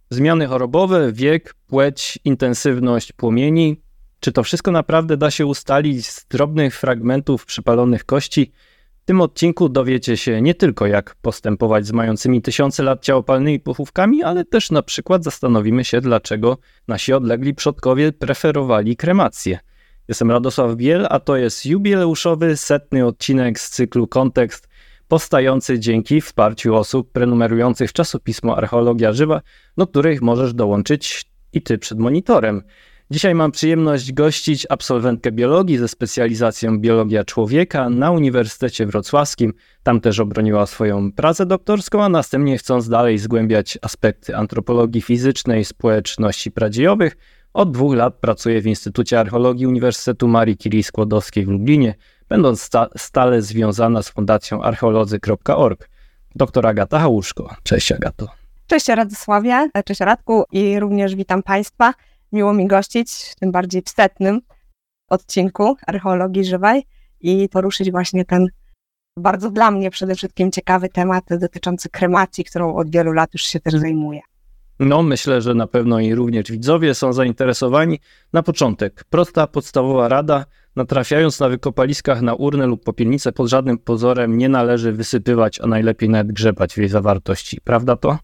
Zmiany chorobowe, wiek, płeć, intensywność płomieni. Czy to wszystko naprawdę da się ustalić z drobnych fragmentów przypalonych kości? W tym odcinku dowiecie się nie tylko, jak postępować z mającymi tysiące lat ciałopalnymi pochówkami, ale też na przykład zastanowimy się, dlaczego nasi odlegli przodkowie preferowali kremację. Jestem Radosław Biel, a to jest jubileuszowy 100. odcinek z cyklu Kontekst, powstający dzięki wsparciu osób prenumerujących czasopismo Archeologia Żywa, do których możesz dołączyć i ty przed monitorem. Dzisiaj mam przyjemność gościć absolwentkę biologii ze specjalizacją biologia człowieka na Uniwersytecie Wrocławskim. Tam też obroniła swoją pracę doktorską, a następnie, chcąc dalej zgłębiać aspekty antropologii fizycznej społeczności pradziejowych, od 2 lat pracuje w Instytucie Archeologii Uniwersytetu Marii Curie Skłodowskiej w Lublinie, będąc stale związana z Fundacją archeolodzy.org. Doktor Agata Hałuszko. Cześć, Agato. Cześć Radosławie, cześć Radku i również witam Państwa. Miło mi gościć, tym bardziej w 100. odcinku Archeologii Żywej i poruszyć właśnie ten bardzo dla mnie przede wszystkim ciekawy temat dotyczący kremacji, którą od wielu lat już się też zajmuję. No, myślę, że na pewno i również widzowie są zainteresowani. Na początek, prosta, podstawowa rada. Natrafiając na wykopaliskach na urnę lub popielnicę, pod żadnym pozorem nie należy wysypywać, a najlepiej nawet grzebać w jej zawartości. Prawda to?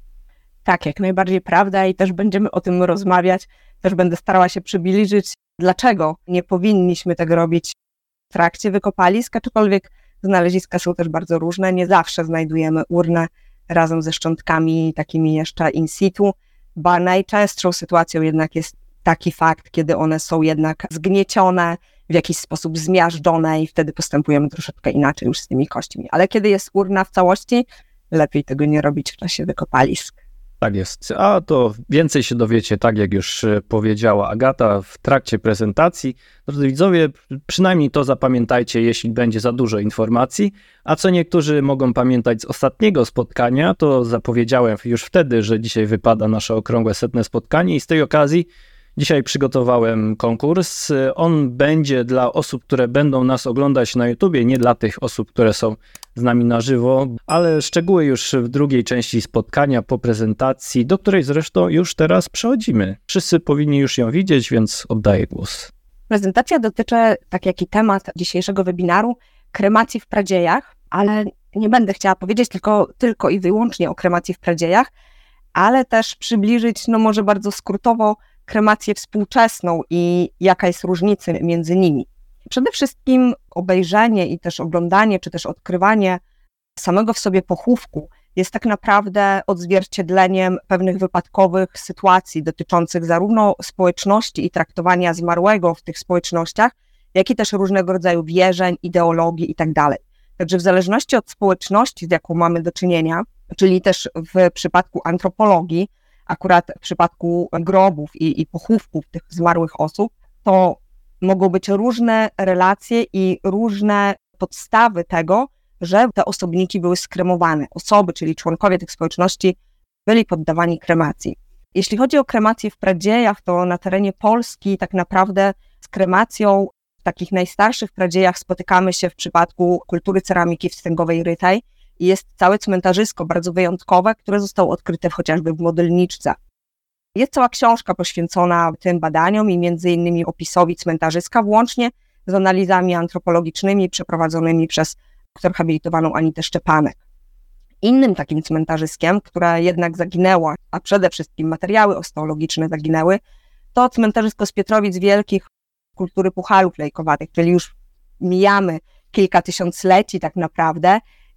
Tak, jak najbardziej prawda i też będziemy o tym rozmawiać. Też będę starała się przybliżyć, dlaczego nie powinniśmy tego robić w trakcie wykopalisk, aczkolwiek znaleziska są też bardzo różne. Nie zawsze znajdujemy urnę razem ze szczątkami takimi jeszcze in situ, bo najczęstszą sytuacją jednak jest taki fakt, kiedy one są jednak zgniecione, w jakiś sposób zmiażdżone i wtedy postępujemy troszeczkę inaczej już z tymi kośćmi. Ale kiedy jest urna w całości, lepiej tego nie robić w czasie wykopalisk. Tak jest, a to więcej się dowiecie, tak jak już powiedziała Agata, w trakcie prezentacji. Drodzy widzowie, przynajmniej to zapamiętajcie, jeśli będzie za dużo informacji, a co niektórzy mogą pamiętać z ostatniego spotkania, to zapowiedziałem już wtedy, że dzisiaj wypada nasze okrągłe 100. spotkanie i z tej okazji dzisiaj przygotowałem konkurs. On będzie dla osób, które będą nas oglądać na YouTubie, nie dla tych osób, które są z nami na żywo, ale szczegóły już w drugiej części spotkania po prezentacji, do której zresztą już teraz przechodzimy. Wszyscy powinni już ją widzieć, więc oddaję głos. Prezentacja dotyczy, tak jak i temat dzisiejszego webinaru, kremacji w pradziejach, ale nie będę chciała powiedzieć tylko i wyłącznie o kremacji w pradziejach, ale też przybliżyć, może bardzo skrótowo, kremację współczesną i jaka jest różnica między nimi. Przede wszystkim obejrzenie i też oglądanie, czy też odkrywanie samego w sobie pochówku jest tak naprawdę odzwierciedleniem pewnych wypadkowych sytuacji dotyczących zarówno społeczności i traktowania zmarłego w tych społecznościach, jak i też różnego rodzaju wierzeń, ideologii itd. Także w zależności od społeczności, z jaką mamy do czynienia, czyli też w przypadku antropologii, akurat w przypadku grobów i pochówków tych zmarłych osób, to mogą być różne relacje i różne podstawy tego, że te osobniki były skremowane. Osoby, czyli członkowie tych społeczności, byli poddawani kremacji. Jeśli chodzi o kremację w pradziejach, to na terenie Polski tak naprawdę z kremacją w takich najstarszych pradziejach spotykamy się w przypadku kultury ceramiki wstęgowej rytej i jest całe cmentarzysko bardzo wyjątkowe, które zostało odkryte chociażby w Modelniczce. Jest cała książka poświęcona tym badaniom i między innymi opisowi cmentarzyska, włącznie z analizami antropologicznymi przeprowadzonymi przez doktor habilitowaną Anitę Szczepanek. Innym takim cmentarzyskiem, które jednak zaginęło, a przede wszystkim materiały osteologiczne zaginęły, to cmentarzysko z Pietrowic Wielkich kultury pucharów lejkowatych, czyli już mijamy kilka tysiącleci tak naprawdę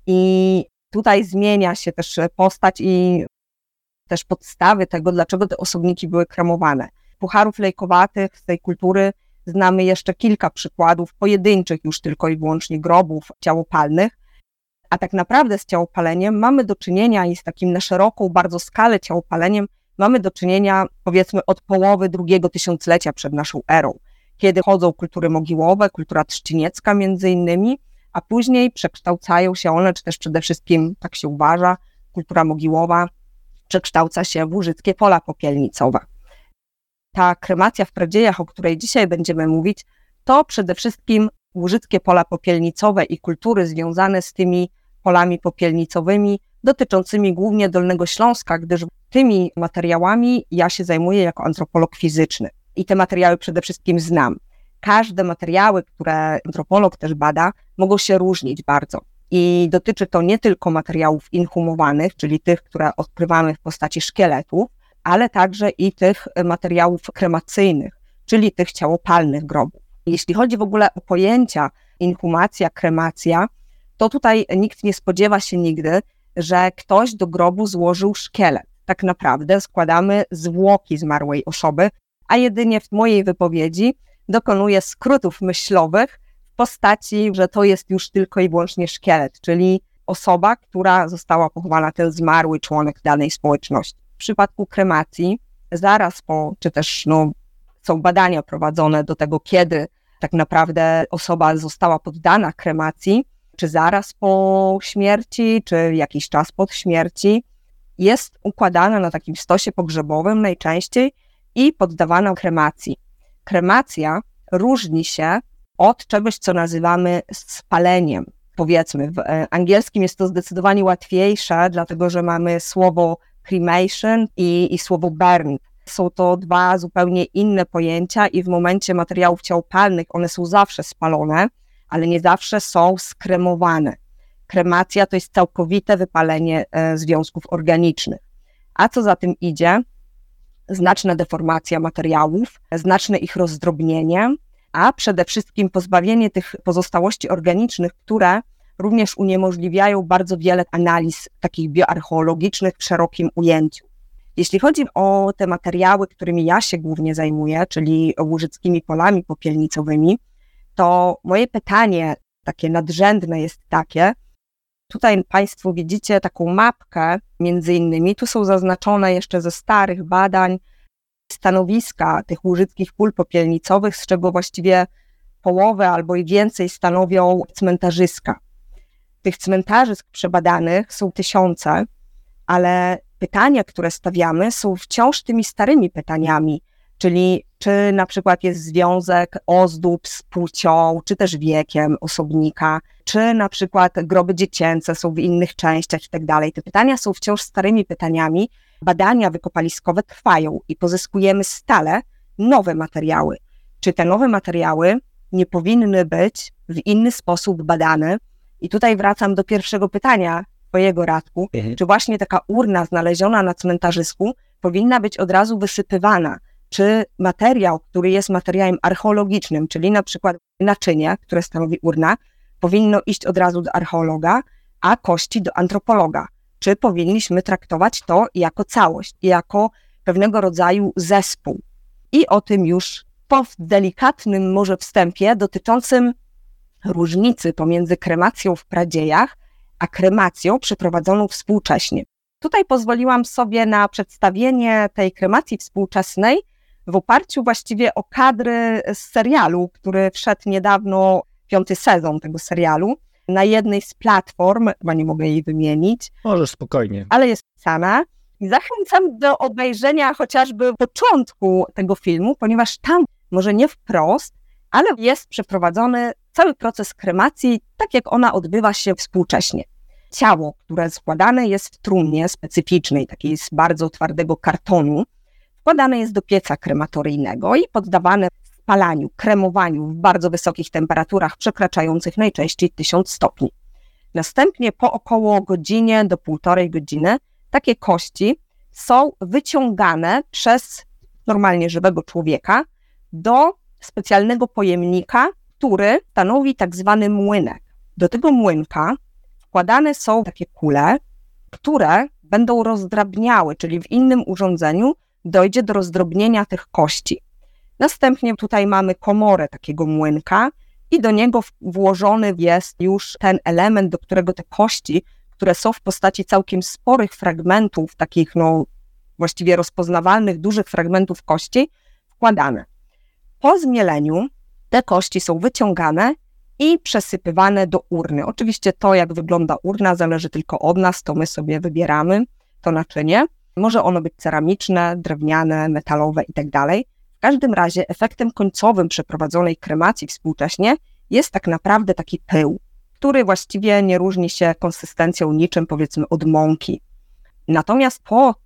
i tutaj zmienia się też postać i też podstawy tego, dlaczego te osobniki były kremowane. Pucharów lejkowatych z tej kultury znamy jeszcze kilka przykładów pojedynczych już tylko i wyłącznie grobów ciałopalnych, a tak naprawdę z ciałopaleniem mamy do czynienia i z takim na szeroką bardzo skalę ciałopaleniem mamy do czynienia powiedzmy od połowy drugiego tysiąclecia przed naszą erą, kiedy chodzą kultury mogiłowe, kultura trzciniecka między innymi, a później przekształcają się one, czy też przede wszystkim, tak się uważa, kultura mogiłowa przekształca się w łużyckie pola popielnicowe. Ta kremacja w pradziejach, o której dzisiaj będziemy mówić, to przede wszystkim łużyckie pola popielnicowe i kultury związane z tymi polami popielnicowymi, dotyczącymi głównie Dolnego Śląska, gdyż tymi materiałami ja się zajmuję jako antropolog fizyczny i te materiały przede wszystkim znam. Każde materiały, które antropolog też bada, mogą się różnić bardzo. I dotyczy to nie tylko materiałów inhumowanych, czyli tych, które odkrywamy w postaci szkieletów, ale także i tych materiałów kremacyjnych, czyli tych ciałopalnych grobów. Jeśli chodzi w ogóle o pojęcia inhumacja, kremacja, to tutaj nikt nie spodziewa się nigdy, że ktoś do grobu złożył szkielet. Tak naprawdę składamy zwłoki zmarłej osoby, a jedynie w mojej wypowiedzi dokonuję skrótów myślowych w postaci, że to jest już tylko i wyłącznie szkielet, czyli osoba, która została pochowana, ten zmarły członek danej społeczności. W przypadku kremacji zaraz po, czy też są badania prowadzone do tego, kiedy tak naprawdę osoba została poddana kremacji, czy zaraz po śmierci, czy jakiś czas po śmierci, jest układana na takim stosie pogrzebowym najczęściej i poddawana kremacji. Kremacja różni się od czegoś, co nazywamy spaleniem. Powiedzmy, w angielskim jest to zdecydowanie łatwiejsze, dlatego że mamy słowo cremation i słowo burn. Są to dwa zupełnie inne pojęcia i w momencie materiałów ciałopalnych one są zawsze spalone, ale nie zawsze są skremowane. Kremacja to jest całkowite wypalenie związków organicznych. A co za tym idzie? Znaczna deformacja materiałów, znaczne ich rozdrobnienie, a przede wszystkim pozbawienie tych pozostałości organicznych, które również uniemożliwiają bardzo wiele analiz takich bioarcheologicznych w szerokim ujęciu. Jeśli chodzi o te materiały, którymi ja się głównie zajmuję, czyli łużyckimi polami popielnicowymi, to moje pytanie takie nadrzędne jest takie, tutaj Państwo widzicie taką mapkę, między innymi, tu są zaznaczone jeszcze ze starych badań stanowiska tych łużyckich pól popielnicowych, z czego właściwie połowę albo i więcej stanowią cmentarzyska. Tych cmentarzysk przebadanych są tysiące, ale pytania, które stawiamy, są wciąż tymi starymi pytaniami, czyli czy na przykład jest związek ozdób z płcią, czy też wiekiem osobnika, czy na przykład groby dziecięce są w innych częściach i tak dalej. Te pytania są wciąż starymi pytaniami. Badania wykopaliskowe trwają i pozyskujemy stale nowe materiały. Czy te nowe materiały nie powinny być w inny sposób badane? I tutaj wracam do pierwszego pytania twojego, Radku. Czy właśnie taka urna znaleziona na cmentarzysku powinna być od razu wysypywana? Czy materiał, który jest materiałem archeologicznym, czyli na przykład naczynie, które stanowi urna, powinno iść od razu do archeologa, a kości do antropologa? Czy powinniśmy traktować to jako całość, jako pewnego rodzaju zespół? I o tym już po delikatnym może wstępie dotyczącym różnicy pomiędzy kremacją w pradziejach, a kremacją przeprowadzoną współcześnie. Tutaj pozwoliłam sobie na przedstawienie tej kremacji współczesnej w oparciu właściwie o kadry z serialu, który wszedł niedawno, 5. sezon tego serialu, na jednej z platform, chyba nie mogę jej wymienić. Możesz spokojnie. Ale jest pisana. I zachęcam do obejrzenia chociażby początku tego filmu, ponieważ tam, może nie wprost, ale jest przeprowadzony cały proces kremacji, tak jak ona odbywa się współcześnie. Ciało, które składane jest w trumnie specyficznej, takiej z bardzo twardego kartonu, wkładane jest do pieca krematoryjnego i poddawane spalaniu, kremowaniu w bardzo wysokich temperaturach, przekraczających najczęściej 1000 stopni. Następnie po około godzinie do 1,5 godziny takie kości są wyciągane przez normalnie żywego człowieka do specjalnego pojemnika, który stanowi tak zwany młynek. Do tego młynka wkładane są takie kule, które będą rozdrabniały, czyli w innym urządzeniu dojdzie do rozdrobnienia tych kości. Następnie tutaj mamy komorę takiego młynka i do niego włożony jest już ten element, do którego te kości, które są w postaci całkiem sporych fragmentów, takich właściwie rozpoznawalnych, dużych fragmentów kości, wkładane. Po zmieleniu te kości są wyciągane i przesypywane do urny. Oczywiście to, jak wygląda urna, zależy tylko od nas, to my sobie wybieramy to naczynie. Może ono być ceramiczne, drewniane, metalowe itd. W każdym razie efektem końcowym przeprowadzonej kremacji współcześnie jest tak naprawdę taki pył, który właściwie nie różni się konsystencją niczym, powiedzmy, od mąki. Natomiast po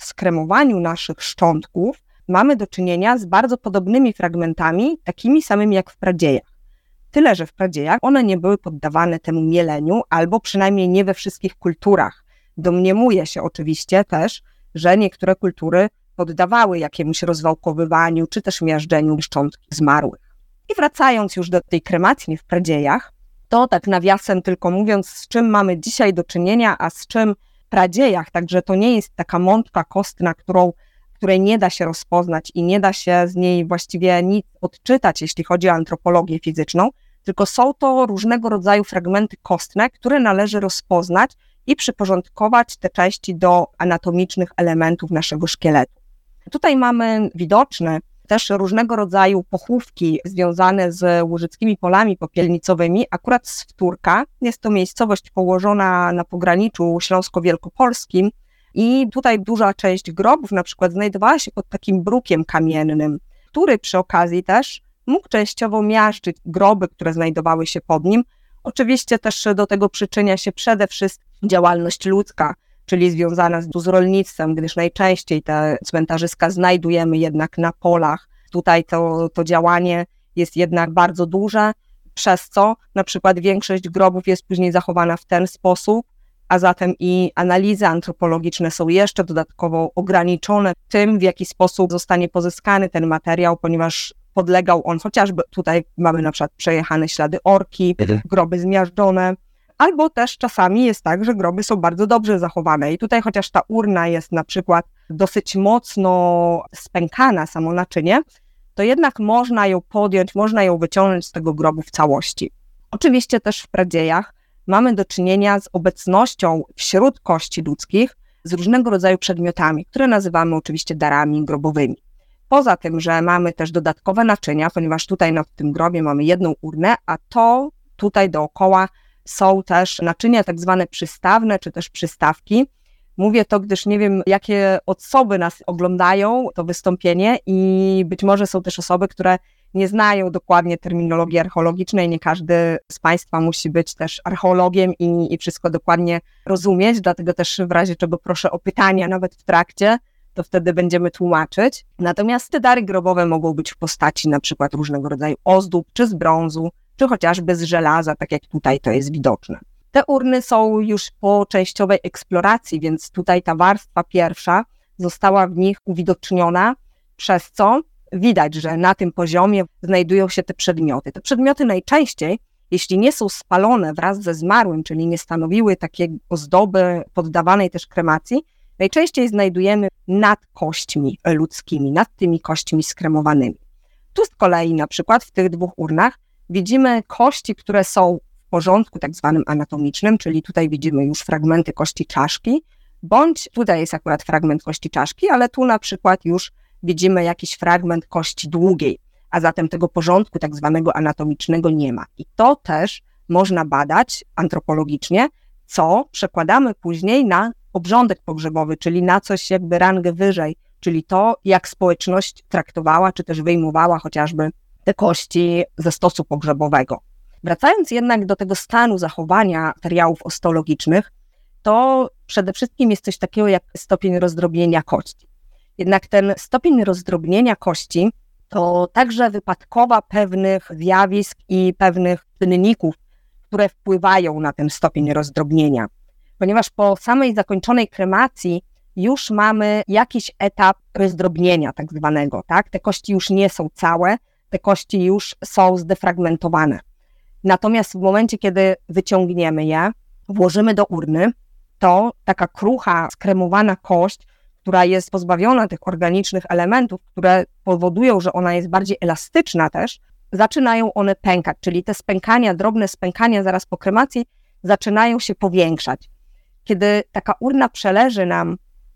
w skremowaniu naszych szczątków mamy do czynienia z bardzo podobnymi fragmentami, takimi samymi jak w pradziejach. Tyle, że w pradziejach one nie były poddawane temu mieleniu, albo przynajmniej nie we wszystkich kulturach. Domniemuje się oczywiście też, że niektóre kultury poddawały jakiemuś rozwałkowywaniu, czy też miażdżeniu szczątki zmarłych. I wracając już do tej kremacji w pradziejach, to tak nawiasem tylko mówiąc, z czym mamy dzisiaj do czynienia, a z czym w pradziejach, także to nie jest taka mączka kostna, której nie da się rozpoznać i nie da się z niej właściwie nic odczytać, jeśli chodzi o antropologię fizyczną, tylko są to różnego rodzaju fragmenty kostne, które należy rozpoznać i przyporządkować te części do anatomicznych elementów naszego szkieletu. Tutaj mamy widoczne też różnego rodzaju pochówki związane z łużyckimi polami popielnicowymi, akurat z Wtórka. Jest to miejscowość położona na pograniczu śląsko-wielkopolskim i tutaj duża część grobów na przykład znajdowała się pod takim brukiem kamiennym, który przy okazji też mógł częściowo miażdżyć groby, które znajdowały się pod nim. Oczywiście też do tego przyczynia się przede wszystkim działalność ludzka, czyli związana z rolnictwem, gdyż najczęściej te cmentarzyska znajdujemy jednak na polach. Tutaj to działanie jest jednak bardzo duże, przez co na przykład większość grobów jest później zachowana w ten sposób, a zatem i analizy antropologiczne są jeszcze dodatkowo ograniczone tym, w jaki sposób zostanie pozyskany ten materiał, ponieważ podlegał on chociażby, tutaj mamy na przykład przejechane ślady orki, groby zmiażdżone, albo też czasami jest tak, że groby są bardzo dobrze zachowane i tutaj chociaż ta urna jest na przykład dosyć mocno spękana, samo naczynie, to jednak można ją podjąć, można ją wyciągnąć z tego grobu w całości. Oczywiście też w pradziejach mamy do czynienia z obecnością wśród kości ludzkich z różnego rodzaju przedmiotami, które nazywamy oczywiście darami grobowymi. Poza tym, że mamy też dodatkowe naczynia, ponieważ tutaj na tym grobie mamy jedną urnę, a to tutaj dookoła są też naczynia tak zwane przystawne, czy też przystawki. Mówię to, gdyż nie wiem, jakie osoby nas oglądają, to wystąpienie i być może są też osoby, które nie znają dokładnie terminologii archeologicznej. Nie każdy z Państwa musi być też archeologiem i wszystko dokładnie rozumieć, dlatego też w razie czego proszę o pytania nawet w trakcie, to wtedy będziemy tłumaczyć. Natomiast te dary grobowe mogą być w postaci na przykład różnego rodzaju ozdób, czy z brązu, czy chociażby z żelaza, tak jak tutaj to jest widoczne. Te urny są już po częściowej eksploracji, więc tutaj ta warstwa pierwsza została w nich uwidoczniona, przez co widać, że na tym poziomie znajdują się te przedmioty. Te przedmioty najczęściej, jeśli nie są spalone wraz ze zmarłym, czyli nie stanowiły takiej ozdoby poddawanej też kremacji, najczęściej znajdujemy nad kośćmi ludzkimi, nad tymi kośćmi skremowanymi. Tu z kolei na przykład w tych dwóch urnach widzimy kości, które są w porządku tak zwanym anatomicznym, czyli tutaj widzimy już fragmenty kości czaszki, bądź tutaj jest akurat fragment kości czaszki, ale tu na przykład już widzimy jakiś fragment kości długiej, a zatem tego porządku tak zwanego anatomicznego nie ma. I to też można badać antropologicznie, co przekładamy później na obrządek pogrzebowy, czyli na coś jakby rangę wyżej, czyli to, jak społeczność traktowała, czy też wyjmowała chociażby te kości ze stosu pogrzebowego. Wracając jednak do tego stanu zachowania materiałów osteologicznych, to przede wszystkim jest coś takiego jak stopień rozdrobnienia kości. Jednak ten stopień rozdrobnienia kości to także wypadkowa pewnych zjawisk i pewnych czynników, które wpływają na ten stopień rozdrobnienia. Ponieważ po samej zakończonej kremacji już mamy jakiś etap rozdrobnienia tak zwanego, tak? Te kości już nie są całe, te kości już są zdefragmentowane. Natomiast w momencie, kiedy wyciągniemy je, włożymy do urny, to taka krucha, skremowana kość, która jest pozbawiona tych organicznych elementów, które powodują, że ona jest bardziej elastyczna też, zaczynają one pękać, czyli te spękania, drobne spękania zaraz po kremacji zaczynają się powiększać. Kiedy taka urna przeleży nam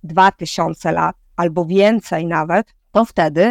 2000 lat albo więcej nawet, to wtedy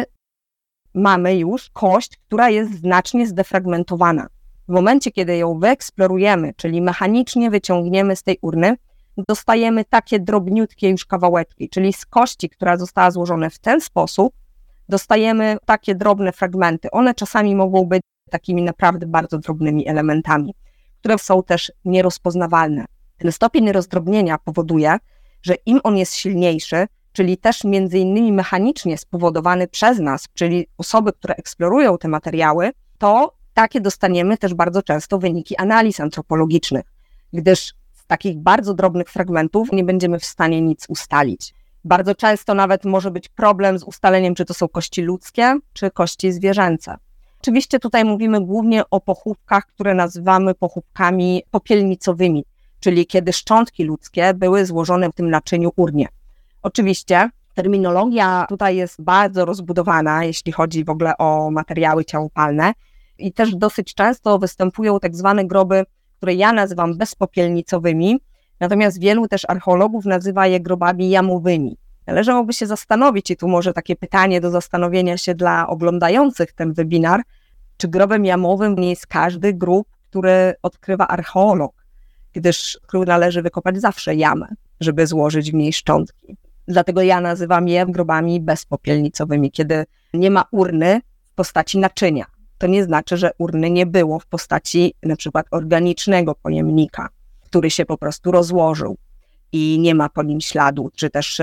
mamy już kość, która jest znacznie zdefragmentowana. W momencie, kiedy ją wyeksplorujemy, czyli mechanicznie wyciągniemy z tej urny, dostajemy takie drobniutkie już kawałeczki, czyli z kości, która została złożona w ten sposób, dostajemy takie drobne fragmenty. One czasami mogą być takimi naprawdę bardzo drobnymi elementami, które są też nierozpoznawalne. Ten stopień rozdrobnienia powoduje, że im on jest silniejszy, czyli też między innymi mechanicznie spowodowany przez nas, czyli osoby, które eksplorują te materiały, to takie dostaniemy też bardzo często wyniki analiz antropologicznych, gdyż z takich bardzo drobnych fragmentów nie będziemy w stanie nic ustalić. Bardzo często nawet może być problem z ustaleniem, czy to są kości ludzkie, czy kości zwierzęce. Oczywiście tutaj mówimy głównie o pochówkach, które nazywamy pochówkami popielnicowymi, czyli kiedy szczątki ludzkie były złożone w tym naczyniu urnie. Oczywiście terminologia tutaj jest bardzo rozbudowana, jeśli chodzi w ogóle o materiały ciałopalne i też dosyć często występują tak zwane groby, które ja nazywam bezpopielnicowymi, natomiast wielu też archeologów nazywa je grobami jamowymi. Należałoby się zastanowić, i tu może takie pytanie do zastanowienia się dla oglądających ten webinar, czy grobem jamowym nie jest każdy grób, który odkrywa archeolog, gdyż należy wykopać zawsze jamę, żeby złożyć w niej szczątki. Dlatego ja nazywam je grobami bezpopielnicowymi, kiedy nie ma urny w postaci naczynia. To nie znaczy, że urny nie było w postaci na przykład organicznego pojemnika, który się po prostu rozłożył i nie ma po nim śladu, czy też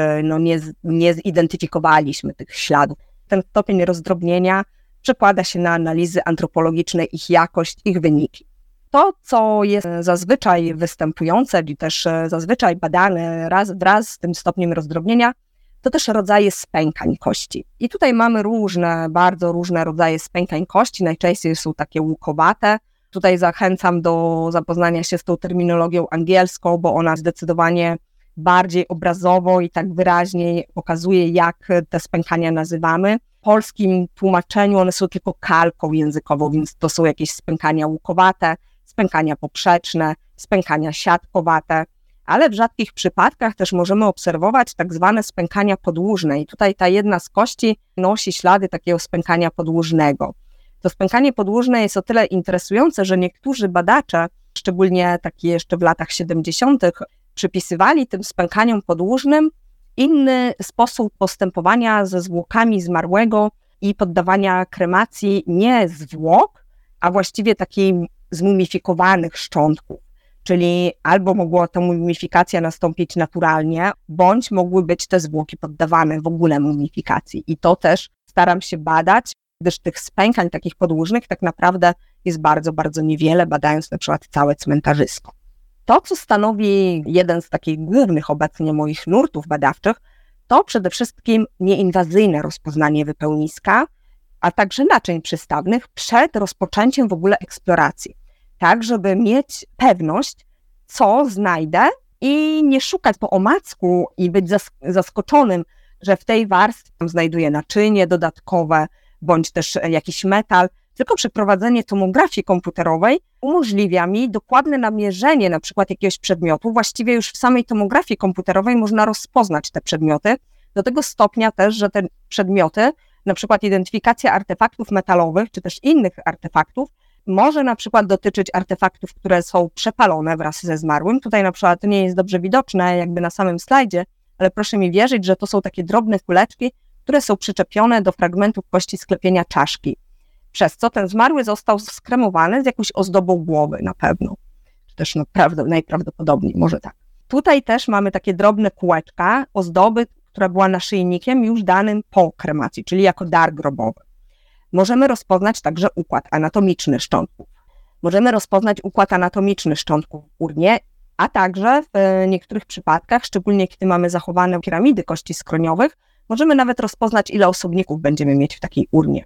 nie zidentyfikowaliśmy tych śladów. Ten stopień rozdrobnienia przekłada się na analizy antropologiczne, ich jakość, ich wyniki. To, co jest zazwyczaj występujące, i też zazwyczaj badane wraz z tym stopniem rozdrobnienia, to też rodzaje spękań kości. I tutaj mamy bardzo różne rodzaje spękań kości, najczęściej są takie łukowate. Tutaj zachęcam do zapoznania się z tą terminologią angielską, bo ona zdecydowanie bardziej obrazowo i tak wyraźniej pokazuje, jak te spękania nazywamy. W polskim tłumaczeniu one są tylko kalką językową, więc to są jakieś spękania łukowate, spękania poprzeczne, spękania siatkowate, ale w rzadkich przypadkach też możemy obserwować tak zwane spękania podłużne i tutaj ta jedna z kości nosi ślady takiego spękania podłużnego. To spękanie podłużne jest o tyle interesujące, że niektórzy badacze, szczególnie takie jeszcze w latach 70., przypisywali tym spękaniom podłużnym inny sposób postępowania ze zwłokami zmarłego i poddawania kremacji nie zwłok, a właściwie takich zmumifikowanych szczątków. Czyli albo mogła ta mumifikacja nastąpić naturalnie, bądź mogły być te zwłoki poddawane w ogóle mumifikacji. I to też staram się badać, gdyż tych spękań takich podłużnych tak naprawdę jest bardzo, bardzo niewiele, badając na przykład całe cmentarzysko. To, co stanowi jeden z takich głównych obecnie moich nurtów badawczych, to przede wszystkim nieinwazyjne rozpoznanie wypełniska, a także naczyń przystawnych przed rozpoczęciem w ogóle eksploracji. Tak, żeby mieć pewność, co znajdę i nie szukać po omacku i być zaskoczonym, że w tej warstwie znajduję naczynie dodatkowe, bądź też jakiś metal, tylko przeprowadzenie tomografii komputerowej umożliwia mi dokładne namierzenie na przykład jakiegoś przedmiotu. Właściwie już w samej tomografii komputerowej można rozpoznać te przedmioty, do tego stopnia też, że te przedmioty, na przykład identyfikacja artefaktów metalowych, czy też innych artefaktów, może na przykład dotyczyć artefaktów, które są przepalone wraz ze zmarłym. Tutaj na przykład to nie jest dobrze widoczne jakby na samym slajdzie, ale proszę mi wierzyć, że to są takie drobne kuleczki, które są przyczepione do fragmentów kości sklepienia czaszki. Przez co ten zmarły został skremowany z jakąś ozdobą głowy na pewno. Czy też najprawdopodobniej, może tak. Tutaj też mamy takie drobne kółeczka ozdoby, która była naszyjnikiem już danym po kremacji, czyli jako dar grobowy. Możemy rozpoznać także układ anatomiczny szczątków. Możemy rozpoznać układ anatomiczny szczątków w urnie, a także w niektórych przypadkach, szczególnie kiedy mamy zachowane piramidy kości skroniowych, możemy nawet rozpoznać, ile osobników będziemy mieć w takiej urnie.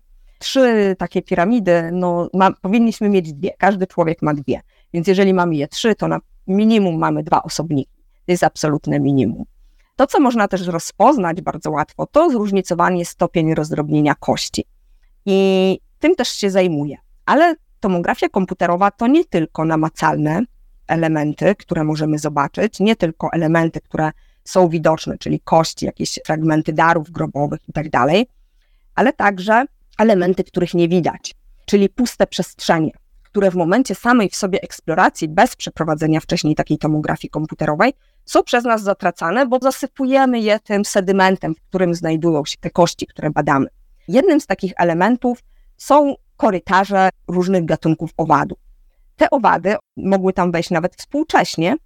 3 takie piramidy, powinniśmy mieć 2, każdy człowiek ma 2, więc jeżeli mamy je 3, to na minimum mamy 2 osobniki. To jest absolutne minimum. To, co można też rozpoznać bardzo łatwo, to zróżnicowanie stopień rozdrobnienia kości. I tym też się zajmuję. Ale tomografia komputerowa to nie tylko namacalne elementy, które możemy zobaczyć, nie tylko elementy, które są widoczne, czyli kości, jakieś fragmenty darów grobowych i tak dalej, ale także elementy, których nie widać, czyli puste przestrzenie, które w momencie samej w sobie eksploracji, bez przeprowadzenia wcześniej takiej tomografii komputerowej, są przez nas zatracane, bo zasypujemy je tym sedymentem, w którym znajdują się te kości, które badamy. Jednym z takich elementów są korytarze różnych gatunków owadów. Te owady mogły tam wejść nawet współcześnie,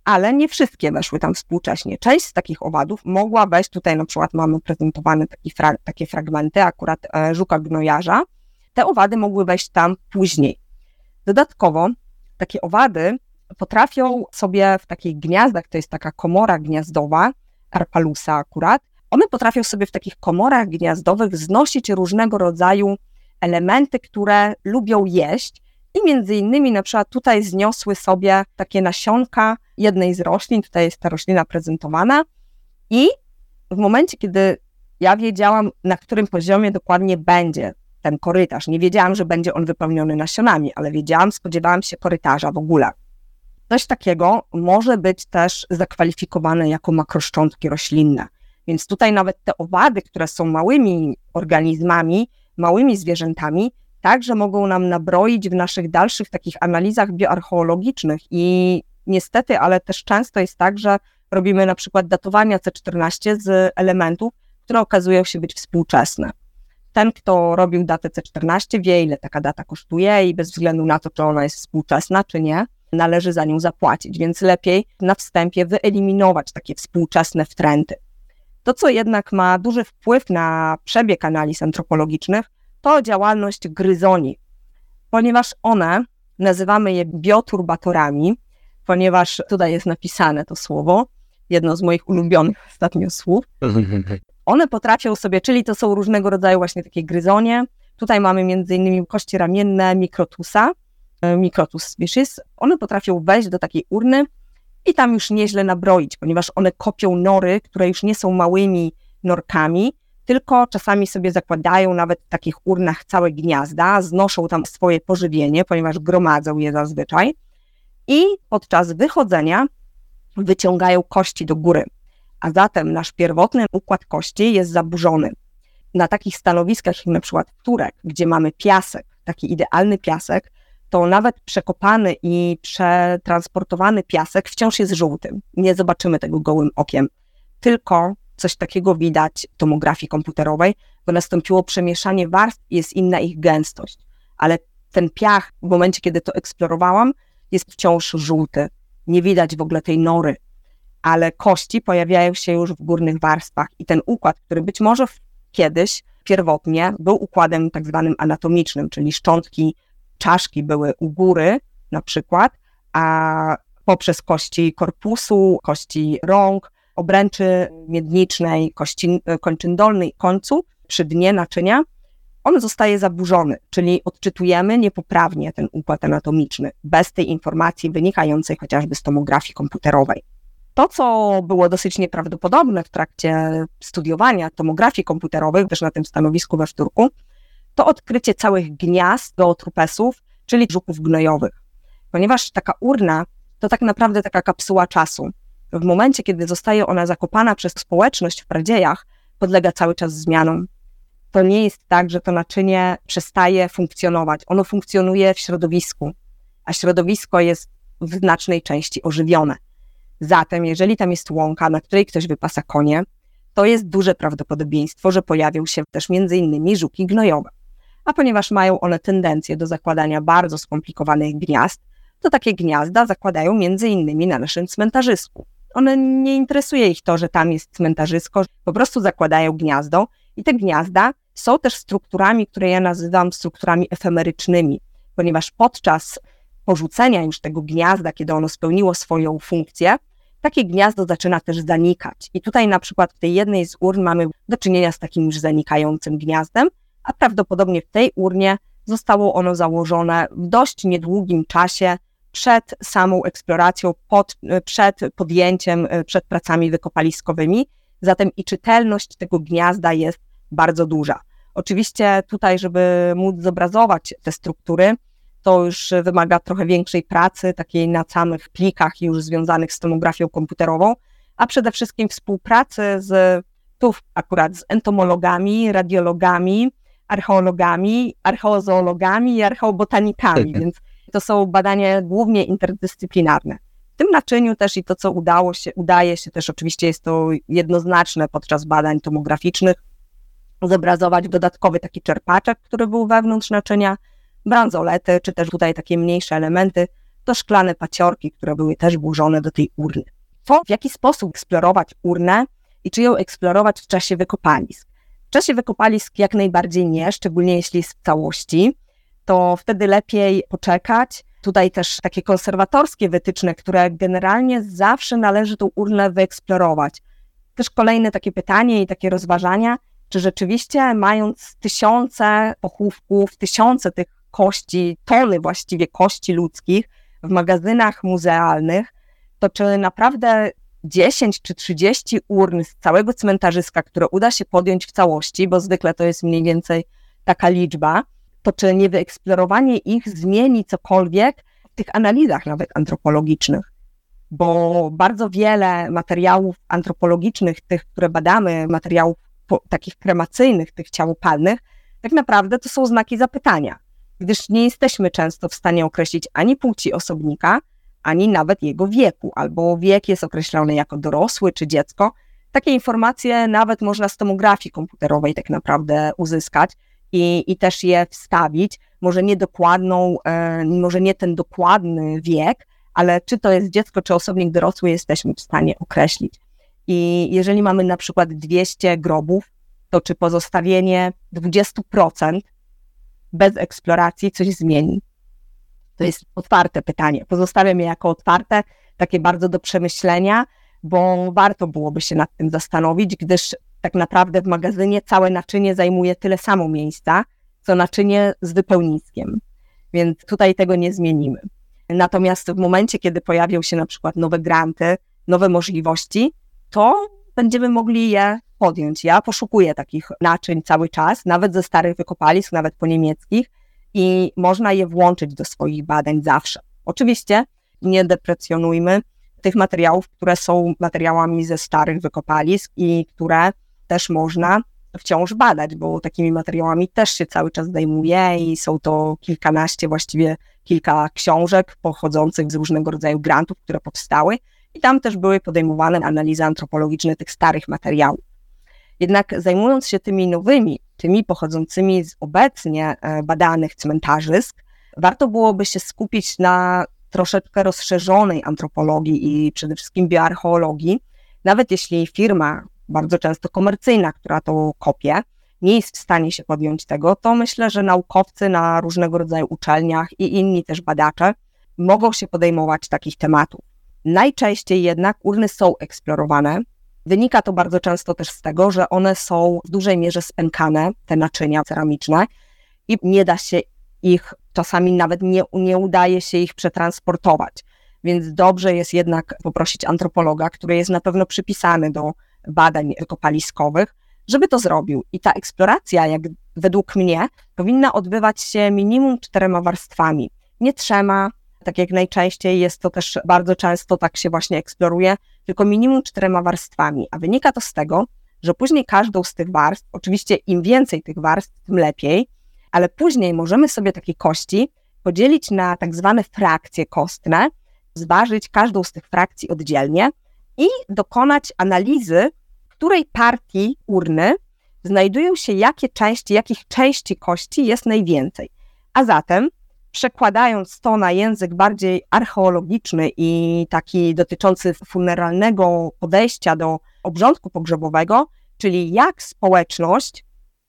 ale nie wszystkie weszły tam współcześnie. Część z takich owadów mogła wejść, tutaj na przykład mamy prezentowane takie fragmenty, akurat żuka gnojarza. Te owady mogły wejść tam później. Dodatkowo takie owady potrafią sobie w takich gniazdach, to jest taka komora gniazdowa, Arpalusa akurat, one potrafią sobie w takich komorach gniazdowych znosić różnego rodzaju elementy, które lubią jeść i między innymi na przykład tutaj zniosły sobie takie nasionka jednej z roślin, tutaj jest ta roślina prezentowana i w momencie, kiedy ja wiedziałam, na którym poziomie dokładnie będzie ten korytarz, nie wiedziałam, że będzie on wypełniony nasionami, ale spodziewałam się korytarza w ogóle. Coś takiego może być też zakwalifikowane jako makroszczątki roślinne. Więc tutaj nawet te owady, które są małymi organizmami, małymi zwierzętami, także mogą nam nabroić w naszych dalszych takich analizach bioarcheologicznych i niestety, ale też często jest tak, że robimy na przykład datowania C14 z elementów, które okazują się być współczesne. Ten, kto robił datę C14, wie, ile taka data kosztuje i bez względu na to, czy ona jest współczesna, czy nie, należy za nią zapłacić, więc lepiej na wstępie wyeliminować takie współczesne wtręty. To, co jednak ma duży wpływ na przebieg analiz antropologicznych, to działalność gryzoni, ponieważ one, nazywamy je bioturbatorami, ponieważ tutaj jest napisane to słowo, jedno z moich ulubionych ostatnio słów. One potrafią sobie, czyli to są różnego rodzaju właśnie takie gryzonie. Tutaj mamy między innymi kości ramienne Microtus species. One potrafią wejść do takiej urny i tam już nieźle nabroić, ponieważ one kopią nory, które już nie są małymi norkami, tylko czasami sobie zakładają nawet w takich urnach całe gniazda, znoszą tam swoje pożywienie, ponieważ gromadzą je zazwyczaj i podczas wychodzenia wyciągają kości do góry. A zatem nasz pierwotny układ kości jest zaburzony. Na takich stanowiskach, jak na przykład wtórek, gdzie mamy piasek, taki idealny piasek, to nawet przekopany i przetransportowany piasek wciąż jest żółty. Nie zobaczymy tego gołym okiem. Tylko coś takiego widać w tomografii komputerowej, bo nastąpiło przemieszanie warstw i jest inna ich gęstość. Ale ten piach, w momencie, kiedy to eksplorowałam, jest wciąż żółty. Nie widać w ogóle tej nory, ale kości pojawiają się już w górnych warstwach i ten układ, który być może kiedyś, pierwotnie, był układem tak zwanym anatomicznym, czyli szczątki, czaszki były u góry na przykład, a poprzez kości korpusu, kości rąk, obręczy miednicznej, kości kończyn dolnej, końcu, przy dnie naczynia, on zostaje zaburzony, czyli odczytujemy niepoprawnie ten układ anatomiczny, bez tej informacji wynikającej chociażby z tomografii komputerowej. To, co było dosyć nieprawdopodobne w trakcie studiowania tomografii komputerowej, też na tym stanowisku we Wtórku, to odkrycie całych gniazd zootropesów, czyli żuków gnojowych. Ponieważ taka urna to tak naprawdę taka kapsuła czasu. W momencie, kiedy zostaje ona zakopana przez społeczność w pradziejach, podlega cały czas zmianom. To nie jest tak, że to naczynie przestaje funkcjonować. Ono funkcjonuje w środowisku, a środowisko jest w znacznej części ożywione. Zatem, jeżeli tam jest łąka, na której ktoś wypasa konie, to jest duże prawdopodobieństwo, że pojawią się też między innymi żuki gnojowe. A ponieważ mają one tendencję do zakładania bardzo skomplikowanych gniazd, to takie gniazda zakładają między innymi na naszym cmentarzysku. One nie interesuje ich to, że tam jest cmentarzysko, po prostu zakładają gniazdo i te gniazda są też strukturami, które ja nazywam strukturami efemerycznymi, ponieważ podczas porzucenia już tego gniazda, kiedy ono spełniło swoją funkcję, takie gniazdo zaczyna też zanikać. I tutaj na przykład w tej jednej z urn mamy do czynienia z takim już zanikającym gniazdem, a prawdopodobnie w tej urnie zostało ono założone w dość niedługim czasie przed samą eksploracją, przed podjęciem, przed pracami wykopaliskowymi. Zatem i czytelność tego gniazda jest bardzo duża. Oczywiście tutaj, żeby móc zobrazować te struktury, to już wymaga trochę większej pracy, takiej na samych plikach już związanych z tomografią komputerową, a przede wszystkim współpracy akurat z entomologami, radiologami, archeologami, archeozoologami i archeobotanikami, więc to są badania głównie interdyscyplinarne. W tym naczyniu też i to, co udaje się też, oczywiście jest to jednoznaczne podczas badań tomograficznych, zobrazować dodatkowy taki czerpaczek, który był wewnątrz naczynia, bransolety, czy też tutaj takie mniejsze elementy, to szklane paciorki, które były też włożone do tej urny. To w jaki sposób eksplorować urnę i czy ją eksplorować w czasie wykopalisk? W czasie wykopalisk jak najbardziej nie, szczególnie jeśli jest w całości, to wtedy lepiej poczekać. Tutaj też takie konserwatorskie wytyczne, które generalnie zawsze należy tą urnę wyeksplorować. Też kolejne takie pytanie i takie rozważania, czy rzeczywiście mając tysiące pochówków, tysiące tych kości, tony właściwie kości ludzkich w magazynach muzealnych, to czy naprawdę 10 czy 30 urn z całego cmentarzyska, które uda się podjąć w całości, bo zwykle to jest mniej więcej taka liczba, to czy niewyeksplorowanie ich zmieni cokolwiek w tych analizach nawet antropologicznych? Bo bardzo wiele materiałów antropologicznych, tych, które badamy, materiałów takich kremacyjnych, tych ciałopalnych, tak naprawdę to są znaki zapytania, gdyż nie jesteśmy często w stanie określić ani płci osobnika, ani nawet jego wieku, albo wiek jest określony jako dorosły czy dziecko. Takie informacje nawet można z tomografii komputerowej tak naprawdę uzyskać i też je wstawić, może nie ten dokładny wiek, ale czy to jest dziecko, czy osobnik dorosły, jesteśmy w stanie określić. I jeżeli mamy na przykład 200 grobów, to czy pozostawienie 20% bez eksploracji coś zmieni? To jest otwarte pytanie. Pozostawiam je jako otwarte, takie bardzo do przemyślenia, bo warto byłoby się nad tym zastanowić, gdyż tak naprawdę w magazynie całe naczynie zajmuje tyle samo miejsca, co naczynie z wypełniskiem. Więc tutaj tego nie zmienimy. Natomiast w momencie, kiedy pojawią się na przykład nowe granty, nowe możliwości, to będziemy mogli je podjąć. Ja poszukuję takich naczyń cały czas, nawet ze starych wykopalisk, nawet po niemieckich, i można je włączyć do swoich badań zawsze. Oczywiście nie deprecjonujmy tych materiałów, które są materiałami ze starych wykopalisk i które też można wciąż badać, bo takimi materiałami też się cały czas zajmuję i są to kilkanaście, właściwie kilka książek pochodzących z różnego rodzaju grantów, które powstały i tam też były podejmowane analizy antropologiczne tych starych materiałów. Jednak zajmując się tymi nowymi, tymi pochodzącymi z obecnie badanych cmentarzysk, warto byłoby się skupić na troszeczkę rozszerzonej antropologii i przede wszystkim bioarcheologii, nawet jeśli firma, bardzo często komercyjna, która to kopie, nie jest w stanie się podjąć tego, to myślę, że naukowcy na różnego rodzaju uczelniach i inni też badacze mogą się podejmować takich tematów. Najczęściej jednak urny są eksplorowane. Wynika to bardzo często też z tego, że one są w dużej mierze spękane, te naczynia ceramiczne, i nie da się ich, czasami nawet nie udaje się ich przetransportować. Więc dobrze jest jednak poprosić antropologa, który jest na pewno przypisany do badań wykopaliskowych, żeby to zrobił. I ta eksploracja, jak według mnie, powinna odbywać się minimum 4 warstwami. Nie 3, tak jak najczęściej jest to też bardzo często tak się właśnie eksploruje, tylko minimum 4 warstwami. A wynika to z tego, że później każdą z tych warstw, oczywiście im więcej tych warstw, tym lepiej, ale później możemy sobie takie kości podzielić na tak zwane frakcje kostne, zważyć każdą z tych frakcji oddzielnie i dokonać analizy, w której partii urny znajdują się jakich części kości jest najwięcej. A zatem, przekładając to na język bardziej archeologiczny i taki dotyczący funeralnego podejścia do obrządku pogrzebowego, czyli jak społeczność,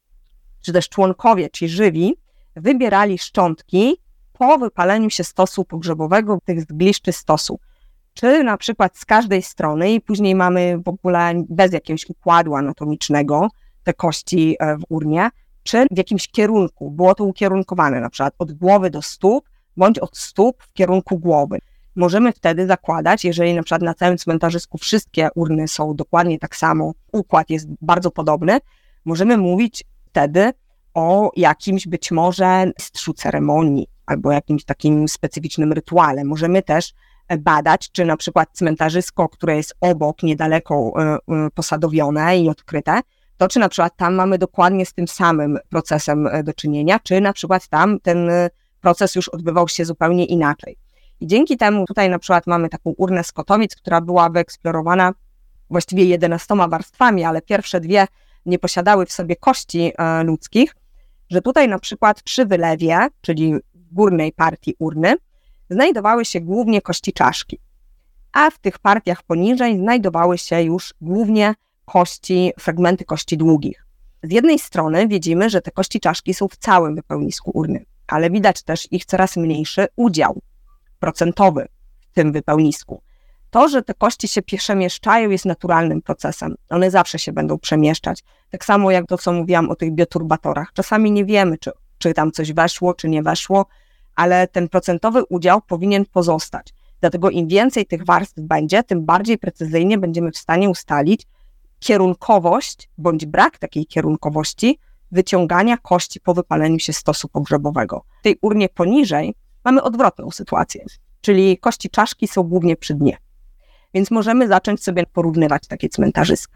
czy też członkowie, ci żywi, wybierali szczątki po wypaleniu się stosu pogrzebowego, tych zgliszczy stosu. Czy na przykład z każdej strony i później mamy w ogóle bez jakiegoś układu anatomicznego te kości w urnie, czy w jakimś kierunku, było to ukierunkowane na przykład od głowy do stóp, bądź od stóp w kierunku głowy. Możemy wtedy zakładać, jeżeli na przykład na całym cmentarzysku wszystkie urny są dokładnie tak samo, układ jest bardzo podobny, możemy mówić wtedy o jakimś być może mistrzu ceremonii albo jakimś takim specyficznym rytuale. Możemy też badać, czy na przykład cmentarzysko, które jest obok, niedaleko posadowione i odkryte, to czy na przykład tam mamy dokładnie z tym samym procesem do czynienia, czy na przykład tam ten proces już odbywał się zupełnie inaczej. I dzięki temu tutaj na przykład mamy taką urnę z Kotowic, która była wyeksplorowana właściwie 11 warstwami, ale pierwsze 2 nie posiadały w sobie kości ludzkich, że tutaj na przykład przy wylewie, czyli w górnej partii urny, znajdowały się głównie kości czaszki, a w tych partiach poniżej znajdowały się już głównie fragmenty kości długich. Z jednej strony widzimy, że te kości czaszki są w całym wypełnisku urny, ale widać też ich coraz mniejszy udział procentowy w tym wypełnisku. To, że te kości się przemieszczają, jest naturalnym procesem. One zawsze się będą przemieszczać. Tak samo jak to, co mówiłam o tych bioturbatorach. Czasami nie wiemy, czy tam coś weszło, czy nie weszło, ale ten procentowy udział powinien pozostać. Dlatego im więcej tych warstw będzie, tym bardziej precyzyjnie będziemy w stanie ustalić kierunkowość bądź brak takiej kierunkowości wyciągania kości po wypaleniu się stosu pogrzebowego. W tej urnie poniżej mamy odwrotną sytuację, czyli kości czaszki są głównie przy dnie. Więc możemy zacząć sobie porównywać takie cmentarzyska.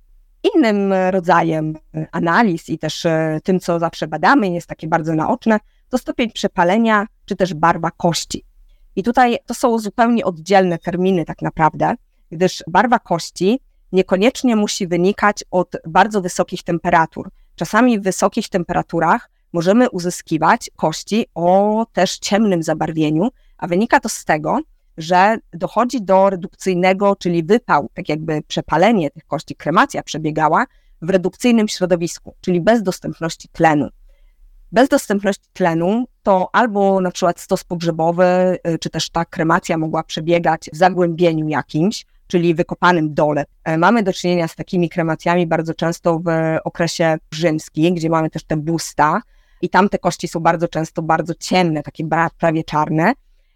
Innym rodzajem analiz i też tym, co zawsze badamy, jest takie bardzo naoczne, to stopień przepalenia czy też barwa kości. I tutaj to są zupełnie oddzielne terminy tak naprawdę, gdyż barwa kości niekoniecznie musi wynikać od bardzo wysokich temperatur. Czasami w wysokich temperaturach możemy uzyskiwać kości o też ciemnym zabarwieniu, a wynika to z tego, że dochodzi do redukcyjnego, czyli wypał, tak jakby przepalenie tych kości, kremacja przebiegała w redukcyjnym środowisku, czyli bez dostępności tlenu. Bez dostępności tlenu to albo na przykład stos pogrzebowy, czy też ta kremacja mogła przebiegać w zagłębieniu jakimś, czyli wykopanym dole. Mamy do czynienia z takimi kremacjami bardzo często w okresie rzymskim, gdzie mamy też te busta i tam te kości są bardzo często bardzo ciemne, takie prawie czarne,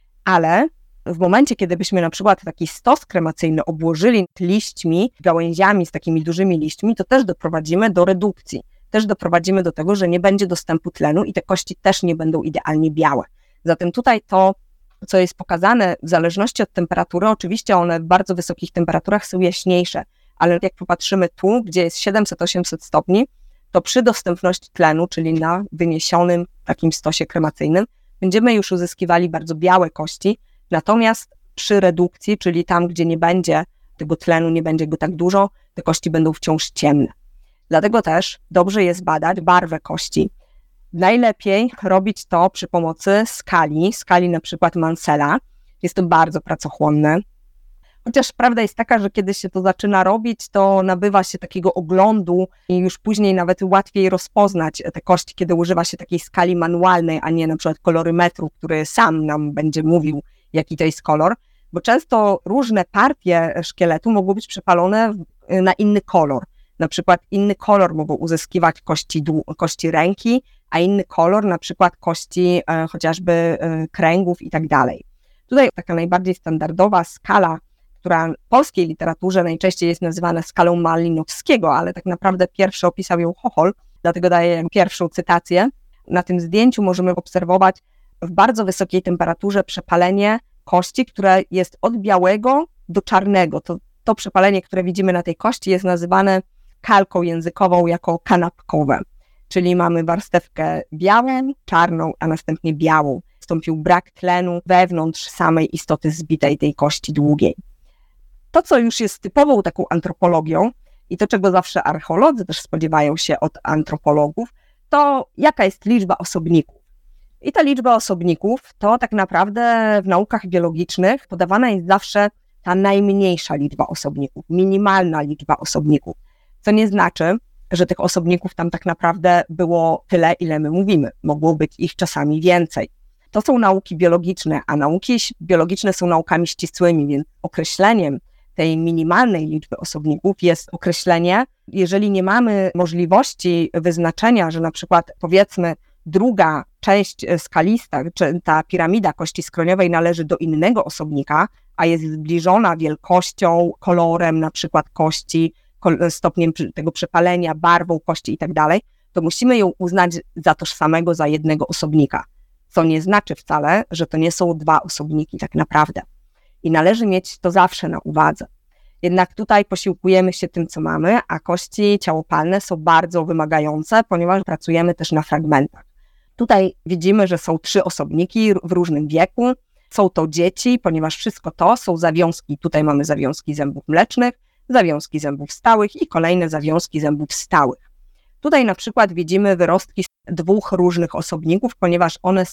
ale w momencie, kiedy byśmy na przykład taki stos kremacyjny obłożyli liśćmi, gałęziami z takimi dużymi liśćmi, to też doprowadzimy do redukcji. Też doprowadzimy do tego, że nie będzie dostępu tlenu i te kości też nie będą idealnie białe. Zatem tutaj to, co jest pokazane w zależności od temperatury, oczywiście one w bardzo wysokich temperaturach są jaśniejsze, ale jak popatrzymy tu, gdzie jest 700-800 stopni, to przy dostępności tlenu, czyli na wyniesionym takim stosie kremacyjnym, będziemy już uzyskiwali bardzo białe kości, natomiast przy redukcji, czyli tam, gdzie nie będzie tego tlenu, nie będzie go tak dużo, te kości będą wciąż ciemne. Dlatego też dobrze jest badać barwę kości. Najlepiej robić to przy pomocy skali na przykład Mansella. Jest to bardzo pracochłonne. Chociaż prawda jest taka, że kiedy się to zaczyna robić, to nabywa się takiego oglądu i już później nawet łatwiej rozpoznać te kości, kiedy używa się takiej skali manualnej, a nie na przykład kolorymetru, który sam nam będzie mówił, jaki to jest kolor, bo często różne partie szkieletu mogą być przepalone na inny kolor. Na przykład inny kolor mogą uzyskiwać kości ręki, a inny kolor na przykład kości chociażby kręgów i tak dalej. Tutaj taka najbardziej standardowa skala, która w polskiej literaturze najczęściej jest nazywana skalą Malinowskiego, ale tak naprawdę pierwszy opisał ją Chochol, dlatego daję pierwszą cytację. Na tym zdjęciu możemy obserwować w bardzo wysokiej temperaturze przepalenie kości, które jest od białego do czarnego. To przepalenie, które widzimy na tej kości, jest nazywane kalką językową jako kanapkowe, czyli mamy warstewkę białą, czarną, a następnie białą. Wstąpił brak tlenu wewnątrz samej istoty zbitej tej kości długiej. To, co już jest typową taką antropologią i to, czego zawsze archeolodzy też spodziewają się od antropologów, to jaka jest liczba osobników. I ta liczba osobników to tak naprawdę w naukach biologicznych podawana jest zawsze ta najmniejsza liczba osobników, minimalna liczba osobników, co nie znaczy, że tych osobników tam tak naprawdę było tyle, ile my mówimy. Mogło być ich czasami więcej. To są nauki biologiczne, a nauki biologiczne są naukami ścisłymi, więc określeniem tej minimalnej liczby osobników jest określenie, jeżeli nie mamy możliwości wyznaczenia, że na przykład powiedzmy druga część skalista, czy ta piramida kości skroniowej należy do innego osobnika, a jest zbliżona wielkością, kolorem na przykład kości, stopniem tego przepalenia, barwą kości i tak dalej, to musimy ją uznać za tożsamego, za jednego osobnika, co nie znaczy wcale, że to nie są dwa osobniki tak naprawdę. I należy mieć to zawsze na uwadze. Jednak tutaj posiłkujemy się tym, co mamy, a kości ciałopalne są bardzo wymagające, ponieważ pracujemy też na fragmentach. Tutaj widzimy, że są 3 osobniki w różnym wieku. Są to dzieci, ponieważ wszystko to są zawiązki. Tutaj mamy zawiązki zębów mlecznych, zawiązki zębów stałych i kolejne zawiązki zębów stałych. Tutaj na przykład widzimy wyrostki z 2 różnych osobników, ponieważ one są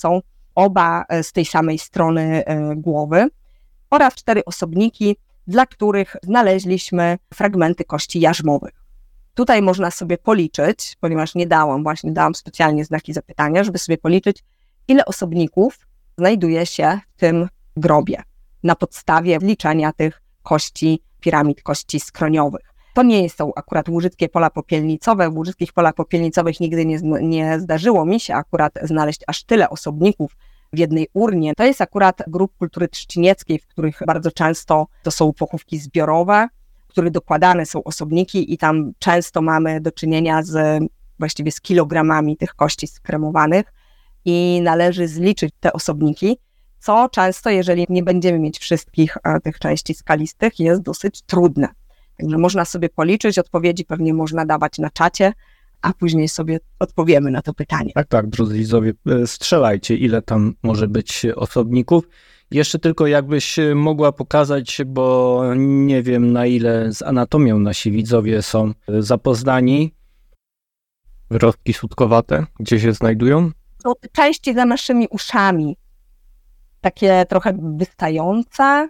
oba z tej samej strony głowy, oraz 4 osobniki, dla których znaleźliśmy fragmenty kości jarzmowych. Tutaj można sobie policzyć, ponieważ dałam specjalnie znaki zapytania, żeby sobie policzyć, ile osobników znajduje się w tym grobie na podstawie liczenia tych kości, piramid kości skroniowych. To nie są akurat łużyckie pola popielnicowe. W łużyckich polach popielnicowych nigdy nie zdarzyło mi się akurat znaleźć aż tyle osobników w jednej urnie. To jest akurat grup kultury trzcinieckiej, w których bardzo często to są pochówki zbiorowe, w których dokładane są osobniki i tam często mamy do czynienia właściwie z kilogramami tych kości skremowanych i należy zliczyć te osobniki, co często, jeżeli nie będziemy mieć wszystkich tych części skalistych, jest dosyć trudne. Także można sobie policzyć, odpowiedzi pewnie można dawać na czacie, a później sobie odpowiemy na to pytanie. Tak, drodzy widzowie, strzelajcie, ile tam może być osobników. Jeszcze tylko jakbyś mogła pokazać, bo nie wiem, na ile z anatomią nasi widzowie są zapoznani. Wrostki sutkowate, gdzie się znajdują? Są te części za naszymi uszami, takie trochę wystające.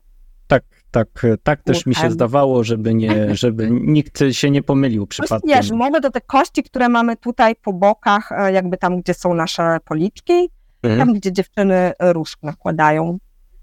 Tak też mi się zdawało, żeby nikt się nie pomylił przypadkiem. Kości jarzmowe to te kości, które mamy tutaj po bokach, jakby tam, gdzie są nasze policzki, tam, gdzie dziewczyny różk nakładają.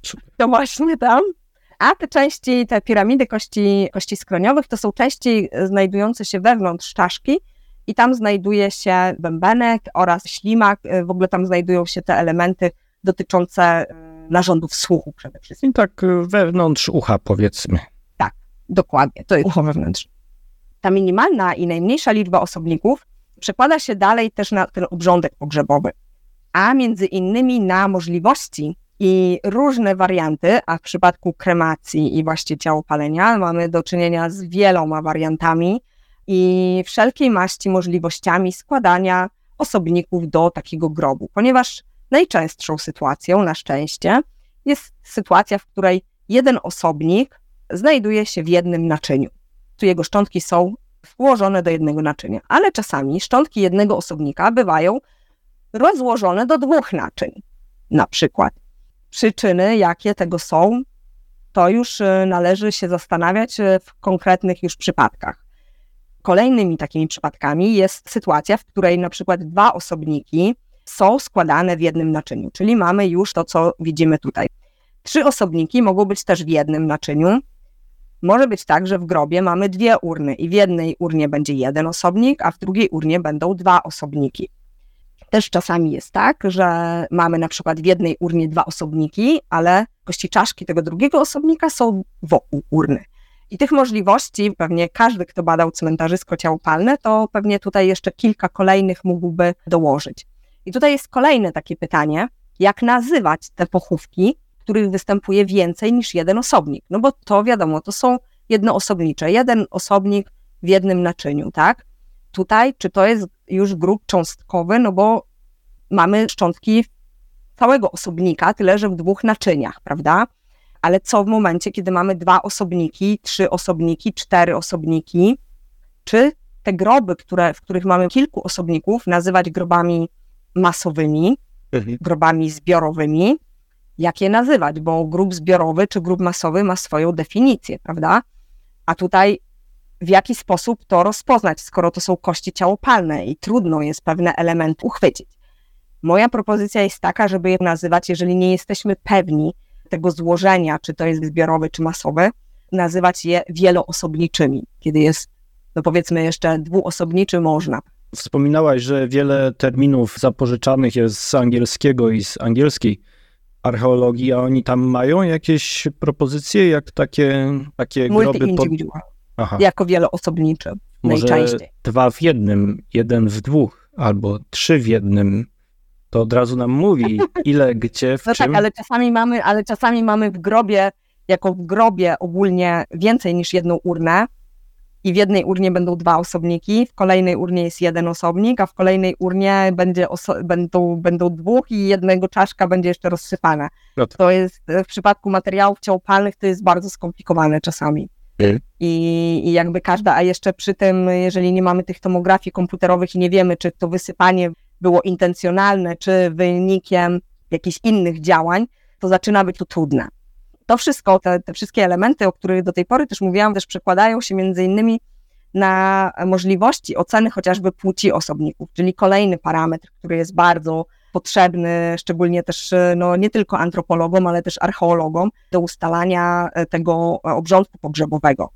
To właśnie tam. A te części, te piramidy kości skroniowych, to są części znajdujące się wewnątrz czaszki i tam znajduje się bębenek oraz ślimak. W ogóle tam znajdują się te elementy dotyczące narządów słuchu przede wszystkim. I tak wewnątrz ucha, powiedzmy. Tak, dokładnie, to jest ucho wewnętrzne. Ta minimalna i najmniejsza liczba osobników przekłada się dalej też na ten obrządek pogrzebowy, a między innymi na możliwości i różne warianty, a w przypadku kremacji i właśnie ciałopalenia mamy do czynienia z wieloma wariantami i wszelkiej maści możliwościami składania osobników do takiego grobu, ponieważ najczęstszą sytuacją, na szczęście, jest sytuacja, w której jeden osobnik znajduje się w jednym naczyniu. Tu jego szczątki są włożone do jednego naczynia, ale czasami szczątki jednego osobnika bywają rozłożone do 2 naczyń. Na przykład przyczyny, jakie tego są, to już należy się zastanawiać w konkretnych już przypadkach. Kolejnymi takimi przypadkami jest sytuacja, w której na przykład 2 osobniki są składane w jednym naczyniu, czyli mamy już to, co widzimy tutaj. 3 osobniki mogą być też w jednym naczyniu. Może być tak, że w grobie mamy 2 urny i w jednej urnie będzie 1 osobnik, a w drugiej urnie będą 2 osobniki. Też czasami jest tak, że mamy na przykład w jednej urnie 2 osobniki, ale kości czaszki tego drugiego osobnika są wokół urny. I tych możliwości pewnie każdy, kto badał cmentarzysko ciałopalne, to pewnie tutaj jeszcze kilka kolejnych mógłby dołożyć. I tutaj jest kolejne takie pytanie, jak nazywać te pochówki, w których występuje więcej niż jeden osobnik? No bo to wiadomo, to są jednoosobnicze, jeden osobnik w jednym naczyniu, tak? Tutaj, czy to jest już grób cząstkowy, no bo mamy szczątki całego osobnika, tyle że w 2 naczyniach, prawda? Ale co w momencie, kiedy mamy 2 osobniki, 3 osobniki, 4 osobniki? Czy te groby, w których mamy kilku osobników, nazywać grobami masowymi, grobami zbiorowymi? Jak je nazywać? Bo grób zbiorowy czy grób masowy ma swoją definicję, prawda? A tutaj w jaki sposób to rozpoznać, skoro to są kości ciałopalne i trudno jest pewne elementy uchwycić? Moja propozycja jest taka, żeby je nazywać, jeżeli nie jesteśmy pewni tego złożenia, czy to jest zbiorowy, czy masowy, nazywać je wieloosobniczymi. Kiedy jest, no powiedzmy jeszcze dwuosobniczy, można. Wspominałaś, że wiele terminów zapożyczanych jest z angielskiego i z angielskiej archeologii, a oni tam mają jakieś propozycje, jak takie groby multi-indywidual, jako wieloosobniczy, może najczęściej. 2 w 1, 1 w 2, albo 3 w 1. To od razu nam mówi, ile, gdzie, w czym. Tak, ale czasami mamy w grobie, jako w grobie ogólnie więcej niż jedną urnę i w jednej urnie będą 2 osobniki, w kolejnej urnie jest 1 osobnik, a w kolejnej urnie będą 2 i jednego czaszka będzie jeszcze rozsypane. No to jest w przypadku materiałów ciałopalnych to jest bardzo skomplikowane czasami. I jakby każda, a jeszcze przy tym, jeżeli nie mamy tych tomografii komputerowych i nie wiemy, czy to wysypanie było intencjonalne, czy wynikiem jakichś innych działań, to zaczyna być to trudne. To wszystko, te wszystkie elementy, o których do tej pory też mówiłam, też przekładają się między innymi na możliwości oceny chociażby płci osobników, czyli kolejny parametr, który jest bardzo potrzebny, szczególnie też nie tylko antropologom, ale też archeologom do ustalania tego obrządku pogrzebowego.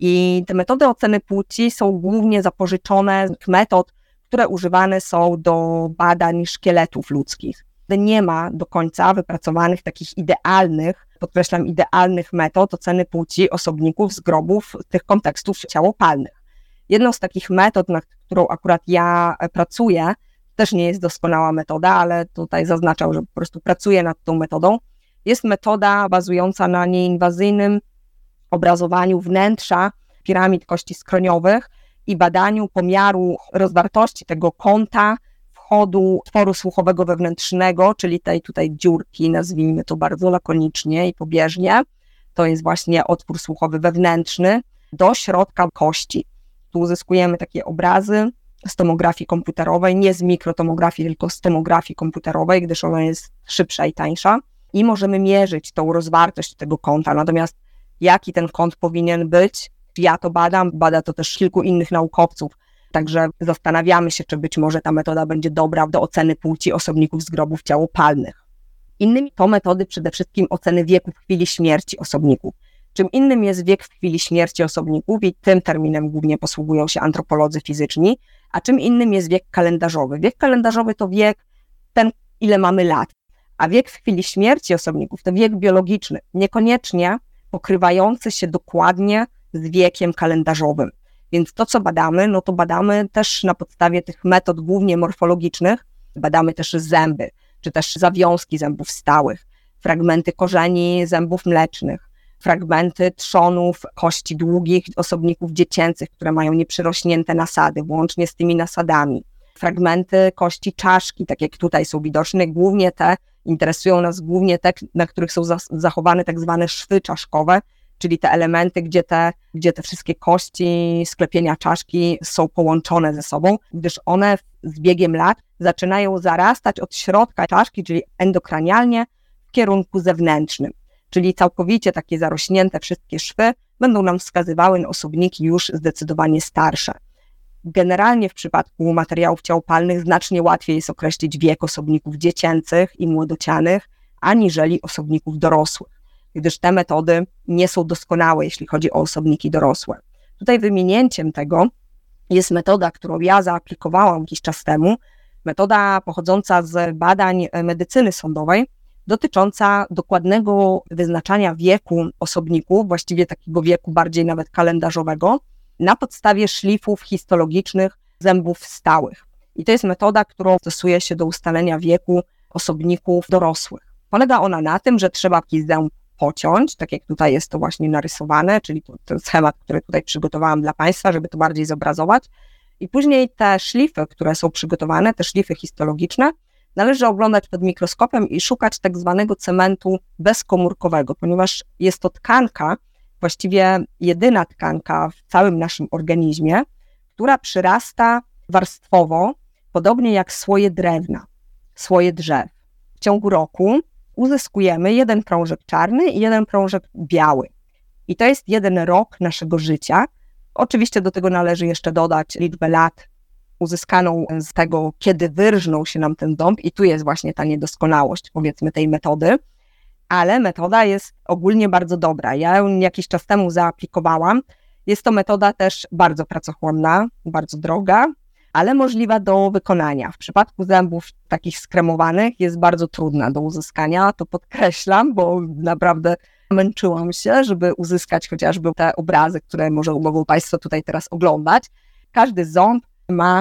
I te metody oceny płci są głównie zapożyczone z metod, które używane są do badań szkieletów ludzkich. Nie ma do końca wypracowanych takich idealnych, podkreślam, idealnych metod oceny płci osobników z grobów tych kontekstów ciałopalnych. Jedną z takich metod, nad którą akurat ja pracuję, też nie jest doskonała metoda, ale tutaj zaznaczam, że po prostu pracuję nad tą metodą, jest metoda bazująca na nieinwazyjnym obrazowaniu wnętrza piramid kości skroniowych i badaniu pomiaru rozwartości tego kąta wchodu tworu słuchowego wewnętrznego, czyli tej tutaj dziurki, nazwijmy to bardzo lakonicznie i pobieżnie, to jest właśnie otwór słuchowy wewnętrzny, do środka kości. Tu uzyskujemy takie obrazy z tomografii komputerowej, nie z mikrotomografii, tylko z tomografii komputerowej, gdyż ona jest szybsza i tańsza i możemy mierzyć tą rozwartość tego kąta. Natomiast jaki ten kąt powinien być, ja to badam, bada to też kilku innych naukowców, także zastanawiamy się, czy być może ta metoda będzie dobra do oceny płci osobników z grobów ciałopalnych. Innymi to metody przede wszystkim oceny wieku w chwili śmierci osobników. Czym innym jest wiek w chwili śmierci osobników i tym terminem głównie posługują się antropolodzy fizyczni, a czym innym jest wiek kalendarzowy. Wiek kalendarzowy to wiek ten, ile mamy lat, a wiek w chwili śmierci osobników to wiek biologiczny, niekoniecznie pokrywający się dokładnie z wiekiem kalendarzowym. Więc to, co badamy, no to badamy też na podstawie tych metod głównie morfologicznych, badamy też zęby, czy też zawiązki zębów stałych, fragmenty korzeni zębów mlecznych, fragmenty trzonów kości długich osobników dziecięcych, które mają nieprzyrośnięte nasady, włącznie z tymi nasadami, fragmenty kości czaszki, tak jak tutaj są widoczne, głównie te, interesują nas głównie te, na których są zachowane tak zwane szwy czaszkowe, czyli te elementy, gdzie te wszystkie kości sklepienia czaszki są połączone ze sobą, gdyż one z biegiem lat zaczynają zarastać od środka czaszki, czyli endokranialnie, w kierunku zewnętrznym. Czyli całkowicie takie zarośnięte wszystkie szwy będą nam wskazywały na osobniki już zdecydowanie starsze. Generalnie w przypadku materiałów ciałopalnych znacznie łatwiej jest określić wiek osobników dziecięcych i młodocianych, aniżeli osobników dorosłych, gdyż te metody nie są doskonałe, jeśli chodzi o osobniki dorosłe. Tutaj wymienięciem tego jest metoda, którą ja zaaplikowałam jakiś czas temu, metoda pochodząca z badań medycyny sądowej, dotycząca dokładnego wyznaczania wieku osobników, właściwie takiego wieku bardziej nawet kalendarzowego, na podstawie szlifów histologicznych zębów stałych. I to jest metoda, którą stosuje się do ustalenia wieku osobników dorosłych. Polega ona na tym, że trzeba jakiś ząb pociąć, tak jak tutaj jest to właśnie narysowane, czyli ten schemat, który tutaj przygotowałam dla Państwa, żeby to bardziej zobrazować. I później te szlify, które są przygotowane, te szlify histologiczne, należy oglądać pod mikroskopem i szukać tak zwanego cementu bezkomórkowego, ponieważ jest to tkanka, właściwie jedyna tkanka w całym naszym organizmie, która przyrasta warstwowo, podobnie jak słoje drewna, słoje drzew. W ciągu roku uzyskujemy jeden prążek czarny i jeden prążek biały. I to jest jeden rok naszego życia. Oczywiście do tego należy jeszcze dodać liczbę lat uzyskaną z tego, kiedy wyrżnął się nam ten ząb i tu jest właśnie ta niedoskonałość, powiedzmy, tej metody, ale metoda jest ogólnie bardzo dobra. Ja ją jakiś czas temu zaaplikowałam. Jest to metoda też bardzo pracochłonna, bardzo droga, ale możliwa do wykonania. W przypadku zębów takich skremowanych jest bardzo trudna do uzyskania, to podkreślam, bo naprawdę męczyłam się, żeby uzyskać chociażby te obrazy, które mogą Państwo tutaj teraz oglądać. Każdy ząb ma,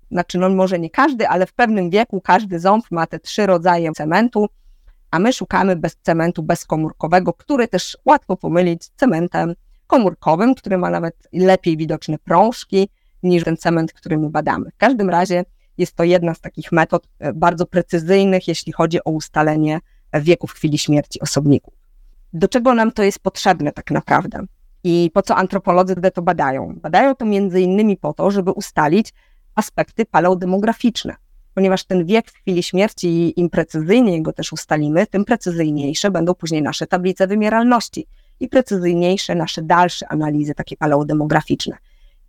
może nie każdy, ale w pewnym wieku każdy ząb ma te 3 rodzaje cementu, a my szukamy cementu bezkomórkowego, który też łatwo pomylić z cementem komórkowym, który ma nawet lepiej widoczne prążki niż ten cement, który my badamy. W każdym razie jest to jedna z takich metod bardzo precyzyjnych, jeśli chodzi o ustalenie wieku w chwili śmierci osobników. Do czego nam to jest potrzebne tak naprawdę? I po co antropolodzy to badają? Badają to między innymi po to, żeby ustalić aspekty paleodemograficzne. ponieważ ten wiek w chwili śmierci, im precyzyjniej go też ustalimy, tym precyzyjniejsze będą później nasze tablice wymieralności i precyzyjniejsze nasze dalsze analizy, takie paleodemograficzne.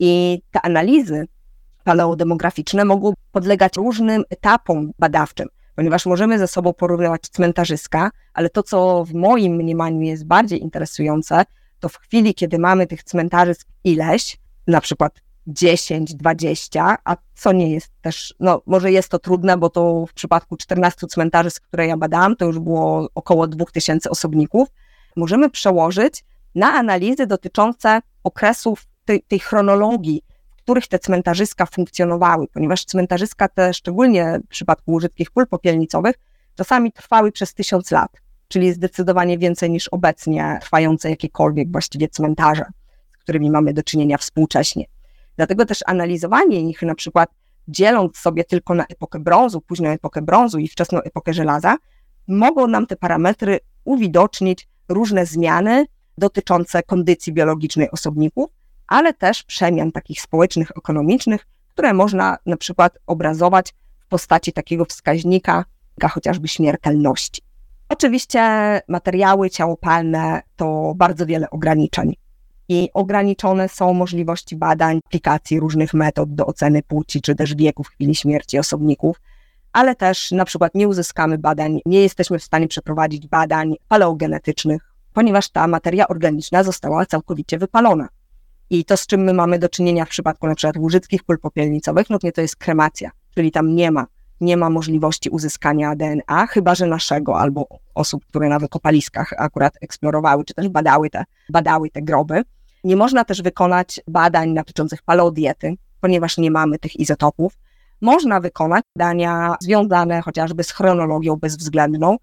I te analizy paleodemograficzne mogą podlegać różnym etapom badawczym, ponieważ możemy ze sobą porównywać cmentarzyska, ale to, co w moim mniemaniu jest bardziej interesujące, to w chwili, kiedy mamy tych cmentarzysk ileś, na przykład 10, 20, a co nie jest też, no może jest to trudne, bo to w przypadku 14 cmentarzysk, które ja badałam, to już było około 2000 osobników, możemy przełożyć na analizy dotyczące okresów tej chronologii, w których te cmentarzyska funkcjonowały, ponieważ cmentarzyska te, szczególnie w przypadku łużyckich pól popielnicowych, czasami trwały przez 1000 lat, czyli zdecydowanie więcej niż obecnie trwające jakiekolwiek właściwie cmentarze, z którymi mamy do czynienia współcześnie. Dlatego też analizowanie ich, na przykład dzieląc sobie tylko na epokę brązu, późną epokę brązu i wczesną epokę żelaza, mogą nam te parametry uwidocznić różne zmiany dotyczące kondycji biologicznej osobników, ale też przemian takich społecznych, ekonomicznych, które można na przykład obrazować w postaci takiego wskaźnika, chociażby śmiertelności. Oczywiście materiały ciałopalne to bardzo wiele ograniczeń i ograniczone są możliwości badań, aplikacji różnych metod do oceny płci czy też wieku w chwili śmierci osobników, ale też na przykład nie uzyskamy badań, nie jesteśmy w stanie przeprowadzić badań paleogenetycznych, ponieważ ta materia organiczna została całkowicie wypalona. I to, z czym my mamy do czynienia w przypadku na przykład łużyckich pól popielnicowych, no to jest kremacja, czyli tam nie ma możliwości uzyskania DNA, chyba że naszego albo osób, które na wykopaliskach akurat eksplorowały, czy też badały te groby. Nie można też wykonać badań dotyczących paleodiety, ponieważ nie mamy tych izotopów. Można wykonać badania związane chociażby z chronologią bezwzględną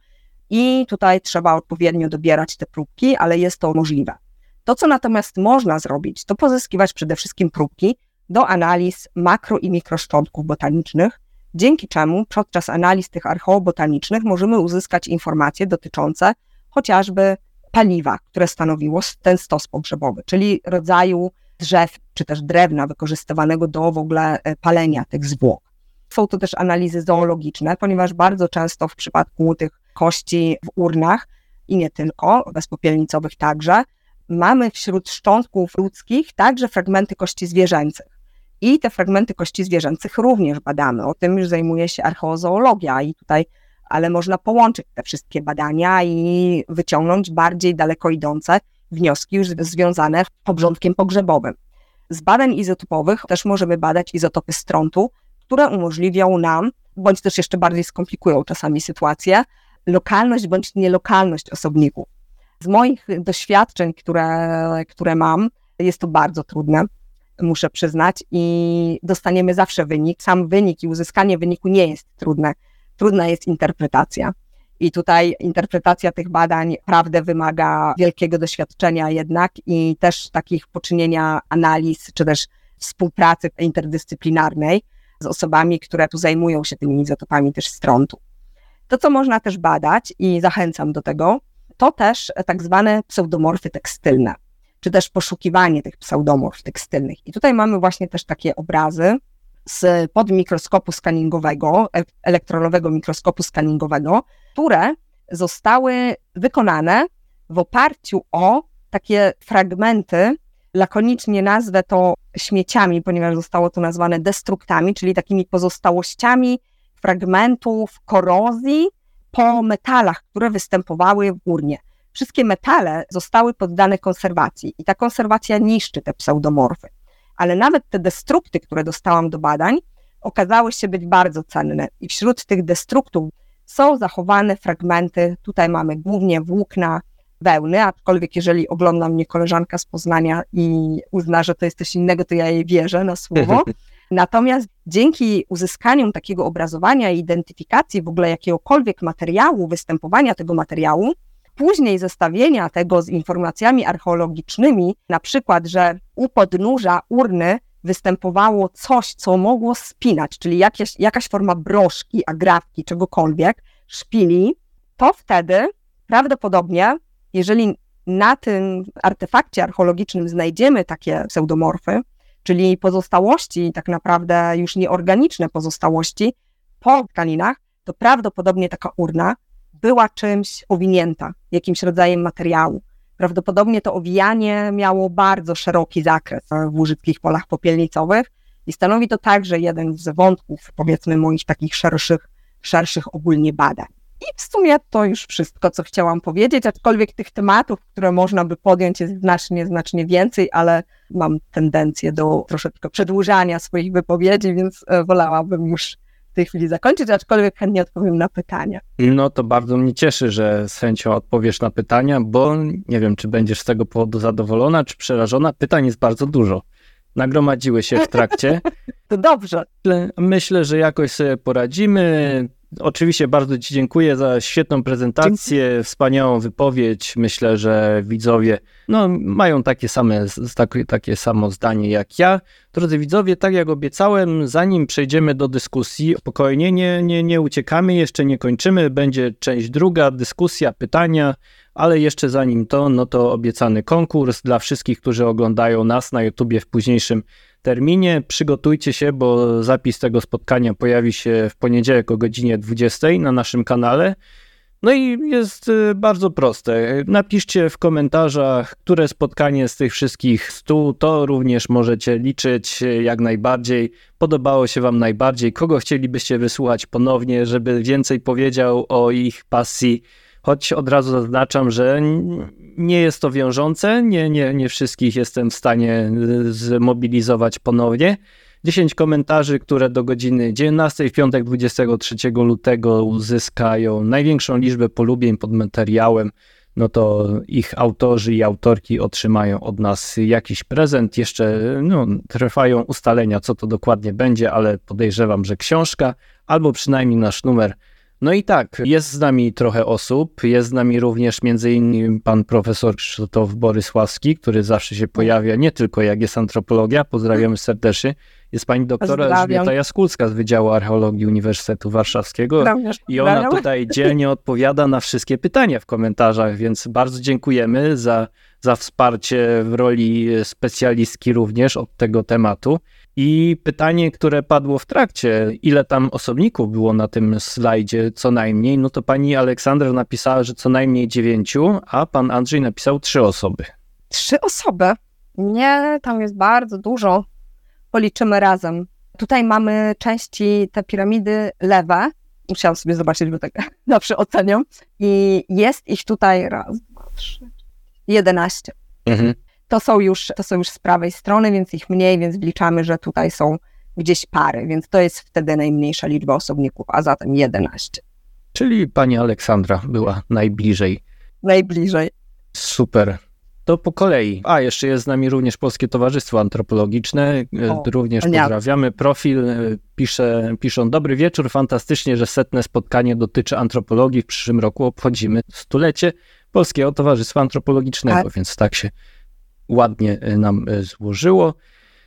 i tutaj trzeba odpowiednio dobierać te próbki, ale jest to możliwe. To, co natomiast można zrobić, to pozyskiwać przede wszystkim próbki do analiz makro- i mikroszczątków botanicznych, dzięki czemu podczas analiz tych archeobotanicznych możemy uzyskać informacje dotyczące chociażby paliwa, które stanowiło ten stos pogrzebowy, czyli rodzaju drzew czy też drewna wykorzystywanego do w ogóle palenia tych zwłok. Są to też analizy zoologiczne, ponieważ bardzo często w przypadku tych kości w urnach i nie tylko, bezpopielnicowych także, mamy wśród szczątków ludzkich także fragmenty kości zwierzęcych. I te fragmenty kości zwierzęcych również badamy. O tym już zajmuje się archeozoologia i tutaj, ale można połączyć te wszystkie badania i wyciągnąć bardziej daleko idące wnioski już związane z obrządkiem pogrzebowym. Z badań izotopowych też możemy badać izotopy strontu, które umożliwią nam, bądź też jeszcze bardziej skomplikują czasami sytuację, lokalność bądź nielokalność osobników. Z moich doświadczeń, które mam, jest to bardzo trudne, muszę przyznać, i dostaniemy zawsze wynik. Sam wynik i uzyskanie wyniku nie jest trudne. Trudna jest interpretacja. I tutaj interpretacja tych badań naprawdę wymaga wielkiego doświadczenia jednak i też takich poczynienia analiz, czy też współpracy interdyscyplinarnej z osobami, które tu zajmują się tymi izotopami też strontu. To, co można też badać i zachęcam do tego, to też tak zwane pseudomorfy tekstylne, czy też poszukiwanie tych pseudomorf tekstylnych. I tutaj mamy właśnie też takie obrazy spod mikroskopu skaningowego, elektronowego mikroskopu skaningowego, które zostały wykonane w oparciu o takie fragmenty, lakonicznie nazwę to śmieciami, ponieważ zostało to nazwane destruktami, czyli takimi pozostałościami fragmentów korozji po metalach, które występowały w urnie. Wszystkie metale zostały poddane konserwacji i ta konserwacja niszczy te pseudomorfy. Ale nawet te destrukty, które dostałam do badań, okazały się być bardzo cenne i wśród tych destruktów są zachowane fragmenty, tutaj mamy głównie włókna wełny, aczkolwiek jeżeli ogląda mnie koleżanka z Poznania i uzna, że to jest coś innego, to ja jej wierzę na słowo. Natomiast dzięki uzyskaniu takiego obrazowania i identyfikacji w ogóle jakiegokolwiek materiału, występowania tego materiału, później zestawienia tego z informacjami archeologicznymi, na przykład, że u podnóża urny występowało coś, co mogło spinać, czyli jakaś forma broszki, agrafki, czegokolwiek, szpili, to wtedy prawdopodobnie, jeżeli na tym artefakcie archeologicznym znajdziemy takie pseudomorfy, czyli pozostałości, tak naprawdę już nieorganiczne pozostałości po tkaninach, to prawdopodobnie taka urna była czymś owinięta, jakimś rodzajem materiału. Prawdopodobnie to owijanie miało bardzo szeroki zakres w łużyckich polach popielnicowych i stanowi to także jeden z wątków, powiedzmy, moich takich szerszych ogólnie badań. I w sumie to już wszystko, co chciałam powiedzieć, aczkolwiek tych tematów, które można by podjąć, jest znacznie więcej, ale mam tendencję do troszeczkę przedłużania swoich wypowiedzi, więc wolałabym już w tej chwili zakończyć, aczkolwiek chętnie odpowiem na pytania. No to bardzo mnie cieszy, że z chęcią odpowiesz na pytania, bo nie wiem, czy będziesz z tego powodu zadowolona, czy przerażona. Pytań jest bardzo dużo. Nagromadziły się w trakcie. To dobrze. Myślę, że jakoś sobie poradzimy. Oczywiście bardzo Ci dziękuję za świetną prezentację, wspaniałą wypowiedź. Myślę, że widzowie mają takie samo zdanie jak ja. Drodzy widzowie, tak jak obiecałem, zanim przejdziemy do dyskusji, spokojnie, nie uciekamy, jeszcze nie kończymy. Będzie część druga, dyskusja, pytania, ale jeszcze zanim to obiecany konkurs dla wszystkich, którzy oglądają nas na YouTubie w późniejszym terminie. Przygotujcie się, bo zapis tego spotkania pojawi się w poniedziałek o godzinie 20 na naszym kanale. No i jest bardzo proste. Napiszcie w komentarzach, które spotkanie z tych wszystkich 100, to również możecie liczyć jak najbardziej. Podobało się Wam najbardziej, kogo chcielibyście wysłuchać ponownie, żeby więcej powiedział o ich pasji. Choć od razu zaznaczam, że nie jest to wiążące, nie wszystkich jestem w stanie zmobilizować ponownie. 10 komentarzy, które do godziny 19 w piątek 23 lutego uzyskają największą liczbę polubień pod materiałem, no to ich autorzy i autorki otrzymają od nas jakiś prezent. Jeszcze trwają ustalenia, co to dokładnie będzie, ale podejrzewam, że książka albo przynajmniej nasz numer. No i tak, jest z nami trochę osób, jest z nami również m.in. pan profesor Krzysztof Borysławski, który zawsze się pojawia, nie tylko jak jest antropologia, pozdrawiamy serdecznie, jest pani doktor Elżbieta Jaskulska z Wydziału Archeologii Uniwersytetu Warszawskiego i ona tutaj dzielnie odpowiada na wszystkie pytania w komentarzach, więc bardzo dziękujemy za wsparcie w roli specjalistki również od tego tematu. I pytanie, które padło w trakcie, ile tam osobników było na tym slajdzie co najmniej, no to pani Aleksandra napisała, że co najmniej 9, a pan Andrzej napisał 3 osoby. 3 osoby? Nie, tam jest bardzo dużo. Policzymy razem. Tutaj mamy części te piramidy lewe. Musiałam sobie zobaczyć, bo tak zawsze oceniam. I jest ich tutaj 11. Mhm. To są już z prawej strony, więc ich mniej, więc wliczamy, że tutaj są gdzieś pary, więc to jest wtedy najmniejsza liczba osobników, a zatem 11. Czyli pani Aleksandra była najbliżej. Najbliżej. Super. To po kolei. A, jeszcze jest z nami również Polskie Towarzystwo Antropologiczne. Również pozdrawiamy. Profil piszą: dobry wieczór, fantastycznie, że 100. spotkanie dotyczy antropologii. W przyszłym roku obchodzimy 100-lecie Polskiego Towarzystwa Antropologicznego, więc tak się ładnie nam złożyło.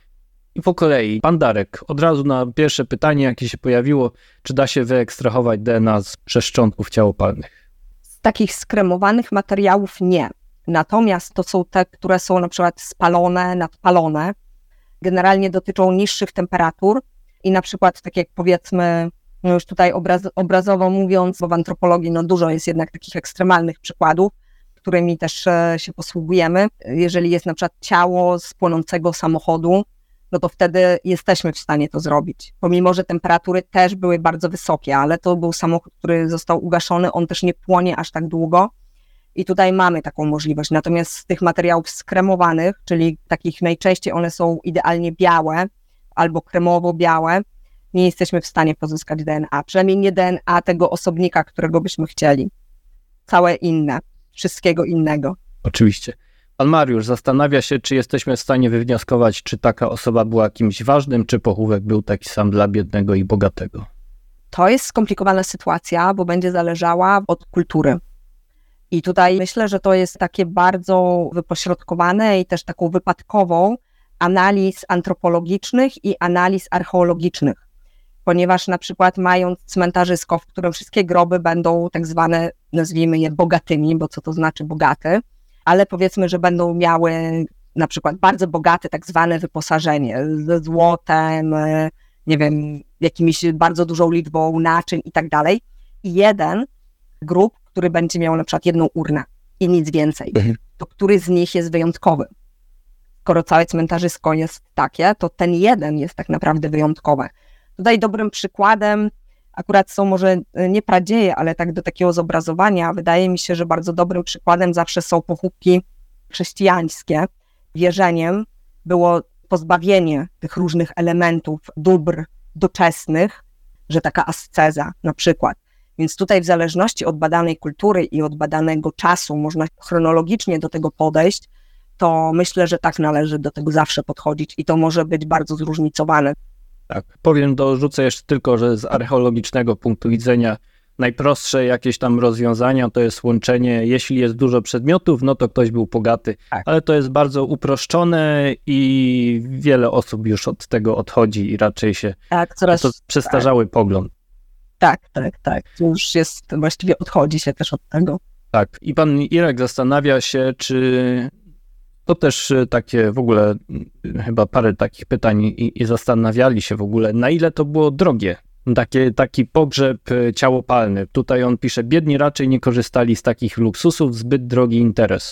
I po kolei, pan Darek, od razu na pierwsze pytanie, jakie się pojawiło, czy da się wyekstrahować DNA z szczątków ciałopalnych? Z takich skremowanych materiałów nie. Natomiast to są te, które są na przykład spalone, nadpalone. Generalnie dotyczą niższych temperatur i na przykład, tak jak powiedzmy, już tutaj obrazowo mówiąc, bo w antropologii dużo jest jednak takich ekstremalnych przykładów, którymi też się posługujemy. Jeżeli jest na przykład ciało z płonącego samochodu, no to wtedy jesteśmy w stanie to zrobić. Pomimo, że temperatury też były bardzo wysokie, ale to był samochód, który został ugaszony, on też nie płonie aż tak długo i tutaj mamy taką możliwość. Natomiast z tych materiałów skremowanych, czyli takich najczęściej one są idealnie białe albo kremowo-białe, nie jesteśmy w stanie pozyskać DNA. Przynajmniej nie DNA tego osobnika, którego byśmy chcieli. Całe inne. Wszystkiego innego. Oczywiście. Pan Mariusz zastanawia się, czy jesteśmy w stanie wywnioskować, czy taka osoba była kimś ważnym, czy pochówek był taki sam dla biednego i bogatego. To jest skomplikowana sytuacja, bo będzie zależała od kultury. I tutaj myślę, że to jest takie bardzo wypośrodkowane i też taką wypadkową analiz antropologicznych i analiz archeologicznych. Ponieważ na przykład mając cmentarzysko, w którym wszystkie groby będą tak zwane, nazwijmy je bogatymi, bo co to znaczy bogaty, ale powiedzmy, że będą miały na przykład bardzo bogate tak zwane wyposażenie ze złotem, nie wiem, jakimiś bardzo dużą liczbą naczyń i tak dalej. I jeden grób, który będzie miał na przykład jedną urnę i nic więcej. To który z nich jest wyjątkowy? Skoro całe cmentarzysko jest takie, to ten jeden jest tak naprawdę wyjątkowy. Tutaj dobrym przykładem akurat są może nie pradzieje, ale tak do takiego zobrazowania, wydaje mi się, że bardzo dobrym przykładem zawsze są pochówki chrześcijańskie. Wierzeniem było pozbawienie tych różnych elementów, dóbr doczesnych, że taka asceza na przykład. Więc tutaj w zależności od badanej kultury i od badanego czasu można chronologicznie do tego podejść, to myślę, że tak należy do tego zawsze podchodzić i to może być bardzo zróżnicowane. Tak, dorzucę jeszcze tylko, że z archeologicznego punktu widzenia najprostsze jakieś tam rozwiązania to jest łączenie, jeśli jest dużo przedmiotów, no to ktoś był bogaty, ale to jest bardzo uproszczone i wiele osób już od tego odchodzi i raczej się to przestarzały pogląd. Tak. To już jest, właściwie odchodzi się też od tego. Tak, i pan Irek zastanawia się, czy to też takie w ogóle, chyba parę takich pytań i zastanawiali się w ogóle, na ile to było drogie. Taki pogrzeb ciałopalny. Tutaj on pisze, biedni raczej nie korzystali z takich luksusów, zbyt drogi interes.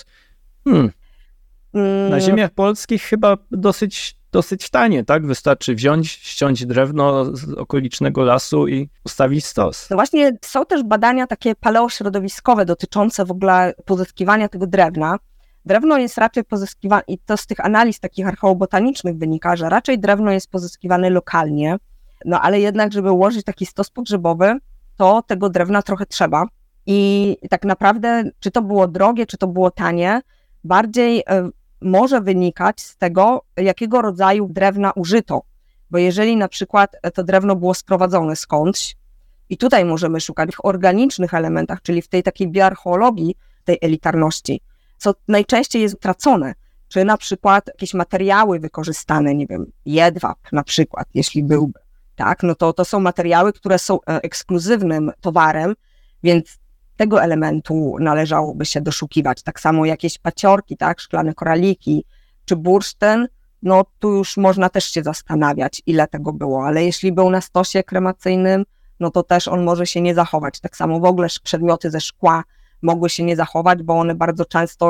Na ziemiach polskich chyba dosyć tanie, tak? Wystarczy ściąć drewno z okolicznego lasu i ustawić stos. No właśnie są też badania takie paleośrodowiskowe dotyczące w ogóle pozyskiwania tego drewna. Drewno jest raczej pozyskiwane, i to z tych analiz takich archeobotanicznych wynika, że raczej drewno jest pozyskiwane lokalnie, no ale jednak, żeby ułożyć taki stos pogrzebowy, to tego drewna trochę trzeba. I tak naprawdę, czy to było drogie, czy to było tanie, bardziej może wynikać z tego, jakiego rodzaju drewna użyto. Bo jeżeli na przykład to drewno było sprowadzone skądś, i tutaj możemy szukać w organicznych elementach, czyli w tej takiej bioarcheologii, tej elitarności, co najczęściej jest tracone, czy na przykład jakieś materiały wykorzystane, nie wiem, jedwab na przykład, jeśli byłby, tak, no to są materiały, które są ekskluzywnym towarem, więc tego elementu należałoby się doszukiwać. Tak samo jakieś paciorki, tak, szklane koraliki, czy bursztyn, no tu już można też się zastanawiać, ile tego było, ale jeśli był na stosie kremacyjnym, no to też on może się nie zachować. Tak samo w ogóle przedmioty ze szkła mogły się nie zachować, bo one bardzo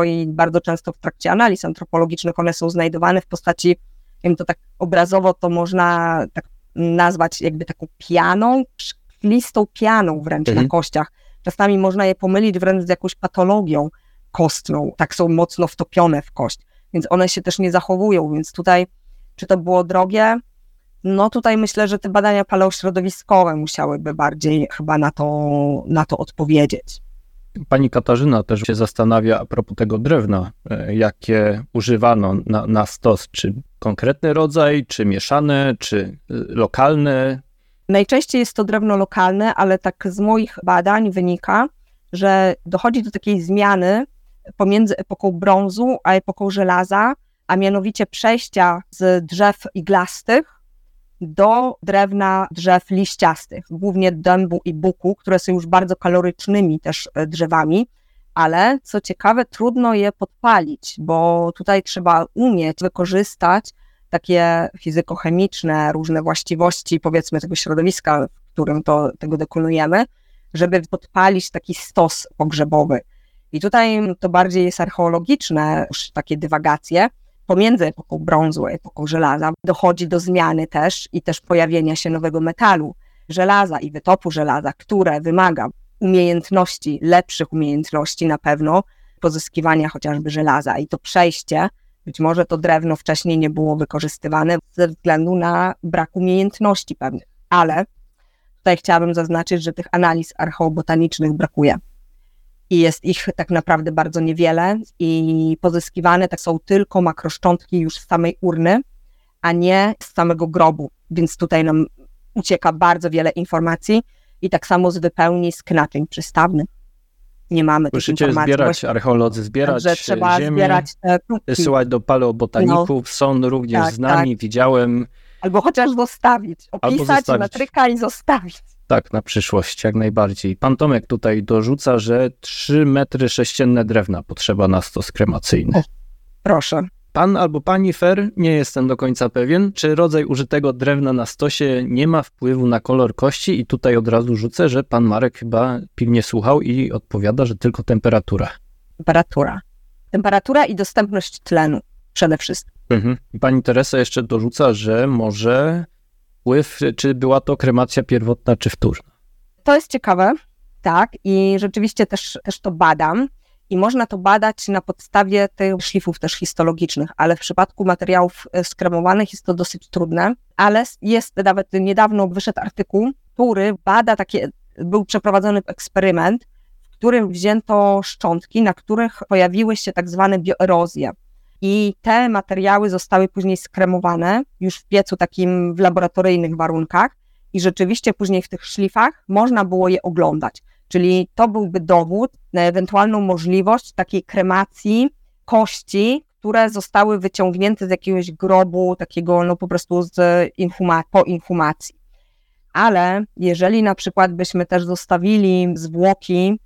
często w trakcie analiz antropologicznych one są znajdowane w postaci, wiem, to tak obrazowo to można tak nazwać jakby taką pianą, szklistą pianą wręcz na kościach. Czasami można je pomylić wręcz z jakąś patologią kostną, tak są mocno wtopione w kość, więc one się też nie zachowują, więc tutaj, czy to było drogie? No tutaj myślę, że te badania paleośrodowiskowe musiałyby bardziej chyba na to odpowiedzieć. Pani Katarzyna też się zastanawia a propos tego drewna, jakie używano na stos, czy konkretny rodzaj, czy mieszane, czy lokalne? Najczęściej jest to drewno lokalne, ale tak z moich badań wynika, że dochodzi do takiej zmiany pomiędzy epoką brązu a epoką żelaza, a mianowicie przejścia z drzew iglastych do drewna drzew liściastych, głównie dębu i buku, które są już bardzo kalorycznymi też drzewami, ale co ciekawe, trudno je podpalić, bo tutaj trzeba umieć wykorzystać takie fizykochemiczne różne właściwości, powiedzmy, tego środowiska, w którym tego dokonujemy, żeby podpalić taki stos pogrzebowy. I tutaj to bardziej jest archeologiczne, już takie dywagacje. Pomiędzy epoką brązu a epoką żelaza dochodzi do zmiany też i też pojawienia się nowego metalu żelaza i wytopu żelaza, które wymaga umiejętności, lepszych umiejętności na pewno, pozyskiwania chociażby żelaza. I to przejście, być może to drewno wcześniej nie było wykorzystywane ze względu na brak umiejętności pewnych, ale tutaj chciałabym zaznaczyć, że tych analiz archeobotanicznych brakuje. I jest ich tak naprawdę bardzo niewiele i pozyskiwane tak są tylko makroszczątki już z samej urny, a nie z samego grobu, więc tutaj nam ucieka bardzo wiele informacji i tak samo z wypełni z naczyń przystawnych. Nie mamy tych informacji. Zbierać, archeolodzy zbierać że trzeba ziemię, zbierać te próbki. Wysyłać do paleobotaników, są również z nami, widziałem. Albo chociaż zostawić, opisać, natryka i zostawić. Tak, na przyszłość, jak najbardziej. Pan Tomek tutaj dorzuca, że 3 metry sześcienne drewna potrzeba na stos kremacyjny. Proszę. Pan albo pani Fer, nie jestem do końca pewien, czy rodzaj użytego drewna na stosie nie ma wpływu na kolor kości i tutaj od razu rzucę, że pan Marek chyba pilnie słuchał i odpowiada, że tylko temperatura. Temperatura i dostępność tlenu przede wszystkim. I pani Teresa jeszcze dorzuca, że może wpływ, czy była to kremacja pierwotna, czy wtórna. To jest ciekawe, tak, i rzeczywiście też to badam i można to badać na podstawie tych szlifów też histologicznych, ale w przypadku materiałów skremowanych jest to dosyć trudne, ale jest nawet niedawno wyszedł artykuł, który bada był przeprowadzony eksperyment, w którym wzięto szczątki, na których pojawiły się tak zwane bioerozje. I te materiały zostały później skremowane już w piecu takim w laboratoryjnych warunkach i rzeczywiście później w tych szlifach można było je oglądać. Czyli to byłby dowód na ewentualną możliwość takiej kremacji kości, które zostały wyciągnięte z jakiegoś grobu, takiego po prostu po inhumacji. Ale jeżeli na przykład byśmy też zostawili zwłoki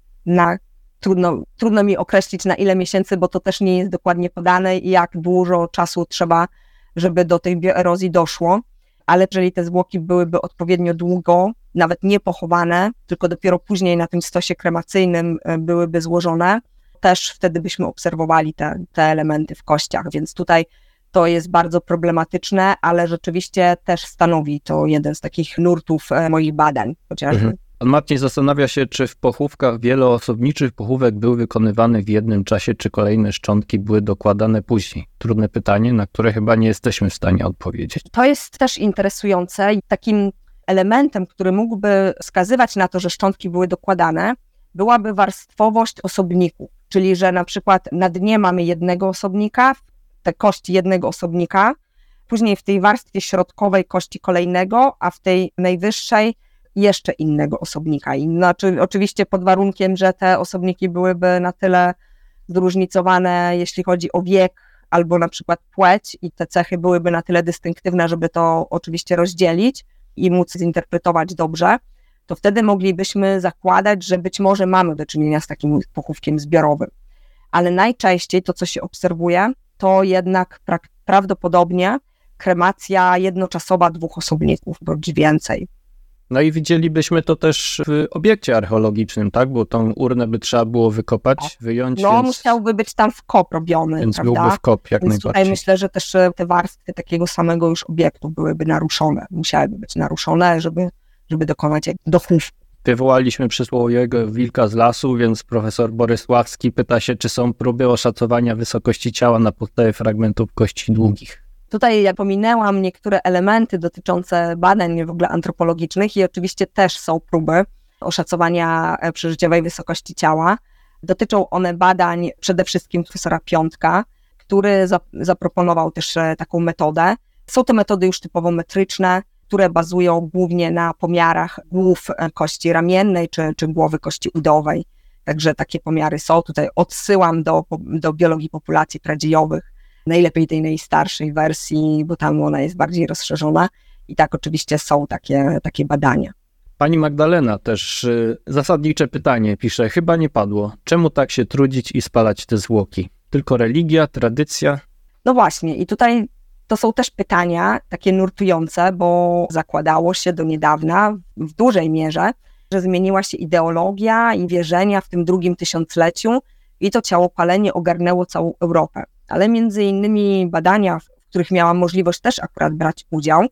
trudno mi określić na ile miesięcy, bo to też nie jest dokładnie podane i jak dużo czasu trzeba, żeby do tej bioerozji doszło, ale jeżeli te zwłoki byłyby odpowiednio długo, nawet nie pochowane, tylko dopiero później na tym stosie kremacyjnym byłyby złożone, też wtedy byśmy obserwowali te elementy w kościach, więc tutaj to jest bardzo problematyczne, ale rzeczywiście też stanowi to jeden z takich nurtów moich badań chociażby. Pan Marcin zastanawia się, czy w pochówkach wieloosobniczych pochówek był wykonywany w jednym czasie, czy kolejne szczątki były dokładane później. Trudne pytanie, na które chyba nie jesteśmy w stanie odpowiedzieć. To jest też interesujące i takim elementem, który mógłby wskazywać na to, że szczątki były dokładane, byłaby warstwowość osobników, czyli że na przykład na dnie mamy jednego osobnika, te kości jednego osobnika, później w tej warstwie środkowej kości kolejnego, a w tej najwyższej jeszcze innego osobnika. I oczywiście pod warunkiem, że te osobniki byłyby na tyle zróżnicowane, jeśli chodzi o wiek albo na przykład płeć i te cechy byłyby na tyle dystynktywne, żeby to oczywiście rozdzielić i móc zinterpretować dobrze, to wtedy moglibyśmy zakładać, że być może mamy do czynienia z takim pochówkiem zbiorowym. Ale najczęściej to, co się obserwuje, to jednak prawdopodobnie kremacja jednoczasowa 2 osobników, bądź więcej. No i widzielibyśmy to też w obiekcie archeologicznym, tak? Bo tą urnę by trzeba było wykopać, wyjąć. No, musiałby być tam wkop robiony, więc prawda? byłby wkop jak więc najbardziej. Tutaj myślę, że też te warstwy takiego samego już obiektu byłyby naruszone, musiałyby być naruszone, żeby dokonać dochówku. Wywołaliśmy przysłowiowego wilka z lasu, więc profesor Borysławski pyta się, czy są próby oszacowania wysokości ciała na podstawie fragmentów kości długich. Tutaj ja pominęłam niektóre elementy dotyczące badań w ogóle antropologicznych i oczywiście też są próby oszacowania przeżyciowej wysokości ciała. Dotyczą one badań przede wszystkim profesora Piątka, który zaproponował też taką metodę. Są to metody już typowo metryczne, które bazują głównie na pomiarach głów kości ramiennej czy głowy kości udowej. Także takie pomiary są. Tutaj odsyłam do biologii populacji pradziejowych, najlepiej tej najstarszej wersji, bo tam ona jest bardziej rozszerzona i tak oczywiście są takie badania. Pani Magdalena też zasadnicze pytanie pisze, chyba nie padło. Czemu tak się trudzić i spalać te zwłoki? Tylko religia, tradycja? No właśnie i tutaj to są też pytania takie nurtujące, bo zakładało się do niedawna w dużej mierze, że zmieniła się ideologia i wierzenia w tym drugim tysiącleciu i to ciałopalenie ogarnęło całą Europę. Ale między innymi badania, w których miałam możliwość też akurat brać udział,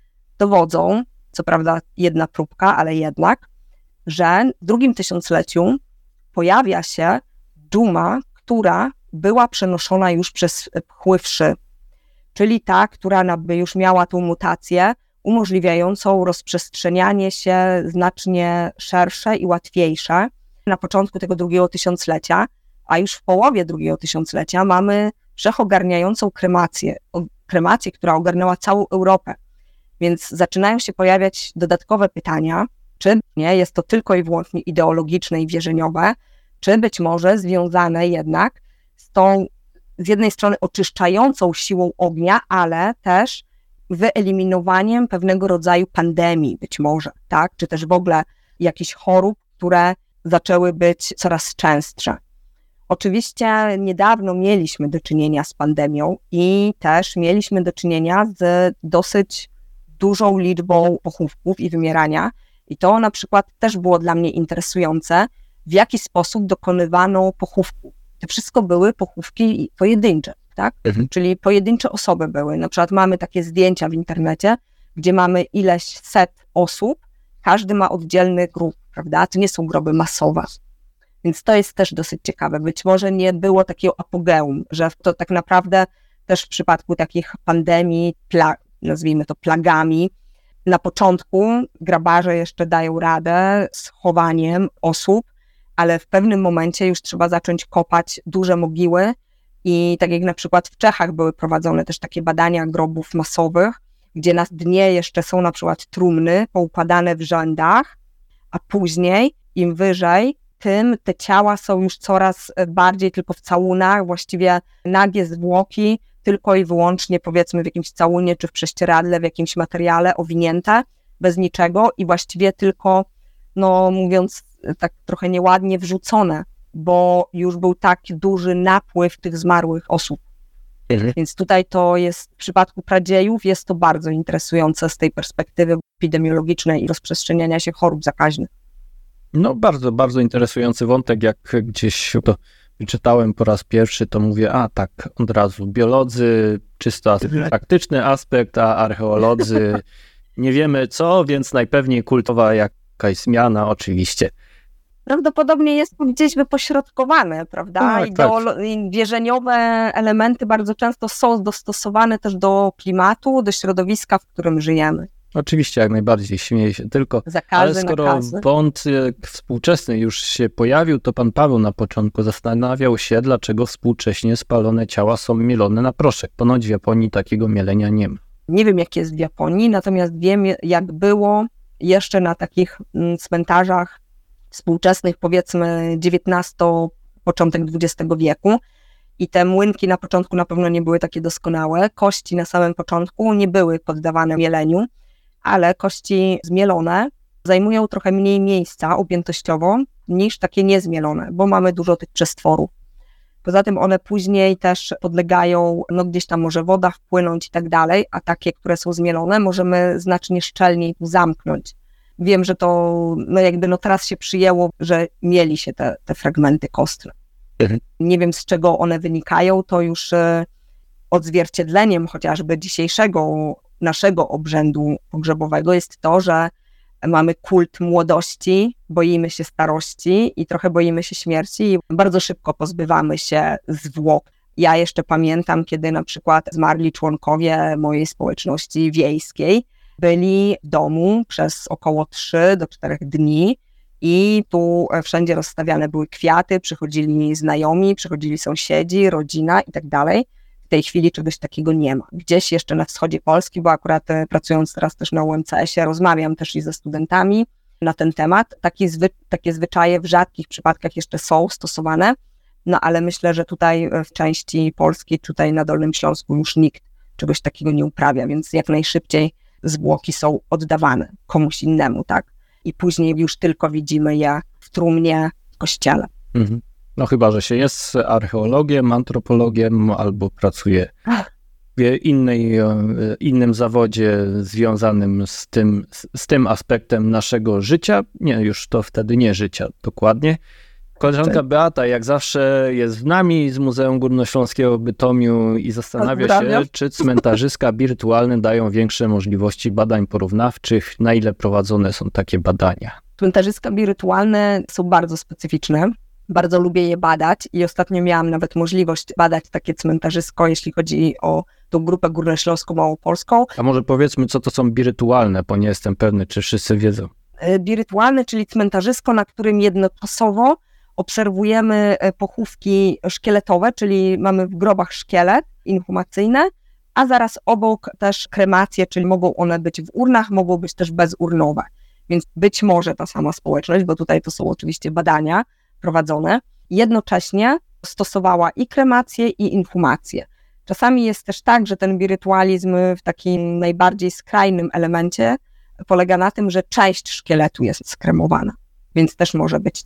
dowodzą, co prawda jedna próbka, ale jednak, że w drugim tysiącleciu pojawia się dżuma, która była przenoszona już przez pchły wszy, czyli ta, która już miała tą mutację umożliwiającą rozprzestrzenianie się znacznie szersze i łatwiejsze na początku tego drugiego tysiąclecia, a już w połowie drugiego tysiąclecia mamy wszechogarniającą kremację, która ogarnęła całą Europę. Więc zaczynają się pojawiać dodatkowe pytania, czy nie jest to tylko i wyłącznie ideologiczne i wierzeniowe, czy być może związane jednak z tą z jednej strony oczyszczającą siłą ognia, ale też wyeliminowaniem pewnego rodzaju pandemii być może, tak? Czy też w ogóle jakichś chorób, które zaczęły być coraz częstsze. Oczywiście niedawno mieliśmy do czynienia z pandemią i też mieliśmy do czynienia z dosyć dużą liczbą pochówków i wymierania. I to na przykład też było dla mnie interesujące, w jaki sposób dokonywano pochówków. To wszystko były pochówki pojedyncze, tak? Czyli pojedyncze osoby były. Na przykład mamy takie zdjęcia w internecie, gdzie mamy ileś set osób, każdy ma oddzielny grób, prawda? To nie są groby masowe. Więc to jest też dosyć ciekawe. Być może nie było takiego apogeum, że to tak naprawdę też w przypadku takich pandemii, nazwijmy to plagami, na początku grabarze jeszcze dają radę z chowaniem osób, ale w pewnym momencie już trzeba zacząć kopać duże mogiły i tak jak na przykład w Czechach były prowadzone też takie badania grobów masowych, gdzie na dnie jeszcze są na przykład trumny poukładane w rzędach, a później im wyżej, tym te ciała są już coraz bardziej tylko w całunach, właściwie nagie zwłoki, tylko i wyłącznie powiedzmy w jakimś całunie czy w prześcieradle, w jakimś materiale owinięte, bez niczego i właściwie tylko, no mówiąc tak trochę nieładnie, wrzucone, bo już był taki duży napływ tych zmarłych osób. Więc tutaj to jest, w przypadku pradziejów jest to bardzo interesujące z tej perspektywy epidemiologicznej i rozprzestrzeniania się chorób zakaźnych. No bardzo, bardzo interesujący wątek, jak gdzieś to wyczytałem po raz pierwszy, to mówię, tak, od razu biolodzy, czysto praktyczny aspekt, a archeolodzy nie wiemy co, więc najpewniej kultowa jakaś zmiana oczywiście. Prawdopodobnie jest to gdzieś wypośrodkowane, prawda? Tak. I wierzeniowe elementy bardzo często są dostosowane też do klimatu, do środowiska, w którym żyjemy. Oczywiście, jak najbardziej, śmieję się tylko, ale skoro wątek współczesny już się pojawił, to pan Paweł na początku zastanawiał się, dlaczego współcześnie spalone ciała są mielone na proszek. Ponoć w Japonii takiego mielenia nie ma. Nie wiem, jak jest w Japonii, natomiast wiem, jak było jeszcze na takich cmentarzach współczesnych, powiedzmy XIX, początek XX wieku. I te młynki na początku na pewno nie były takie doskonałe. Kości na samym początku nie były poddawane mieleniu, ale kości zmielone zajmują trochę mniej miejsca objętościowo niż takie niezmielone, bo mamy dużo tych przestworów. Poza tym one później też podlegają, no gdzieś tam może woda wpłynąć i tak dalej, a takie, które są zmielone, możemy znacznie szczelniej zamknąć. Wiem, że to teraz się przyjęło, że mieli się te fragmenty kostne. Nie wiem, z czego one wynikają, to już odzwierciedleniem chociażby dzisiejszego naszego obrzędu pogrzebowego jest to, że mamy kult młodości, boimy się starości i trochę boimy się śmierci i bardzo szybko pozbywamy się zwłok. Ja jeszcze pamiętam, kiedy na przykład zmarli członkowie mojej społeczności wiejskiej byli w domu przez około 3 do 4 dni i tu wszędzie rozstawiane były kwiaty, przychodzili znajomi, przychodzili sąsiedzi, rodzina i tak dalej. W tej chwili czegoś takiego nie ma. Gdzieś jeszcze na wschodzie Polski, bo akurat pracując teraz też na UMCS-ie, rozmawiam też i ze studentami na ten temat. Takie zwyczaje w rzadkich przypadkach jeszcze są stosowane, no ale myślę, że tutaj w części Polski, tutaj na Dolnym Śląsku już nikt czegoś takiego nie uprawia, więc jak najszybciej zwłoki są oddawane komuś innemu, tak? I później już tylko widzimy je w trumnie w kościele. No chyba, że się jest archeologiem, antropologiem albo pracuje w innym zawodzie związanym z tym aspektem naszego życia. Nie, już to wtedy nie życia, dokładnie. Koleżanka Beata jak zawsze jest z nami z Muzeum Górnośląskiego w Bytomiu i zastanawia się, czy cmentarzyska wirtualne dają większe możliwości badań porównawczych, na ile prowadzone są takie badania. Cmentarzyska wirtualne są bardzo specyficzne. Bardzo lubię je badać i ostatnio miałam nawet możliwość badać takie cmentarzysko, jeśli chodzi o tą grupę górnośląską małopolską. A może powiedzmy, co to są birytualne, bo nie jestem pewny, czy wszyscy wiedzą. Birytualne, czyli cmentarzysko, na którym jednoczasowo obserwujemy pochówki szkieletowe, czyli mamy w grobach szkielet inhumacyjne, a zaraz obok też kremacje, czyli mogą one być w urnach, mogą być też bezurnowe. Więc być może ta sama społeczność, bo tutaj to są oczywiście badania prowadzone, jednocześnie stosowała i kremację, i inhumację. Czasami jest też tak, że ten birytualizm w takim najbardziej skrajnym elemencie polega na tym, że część szkieletu jest skremowana, więc też może być tak.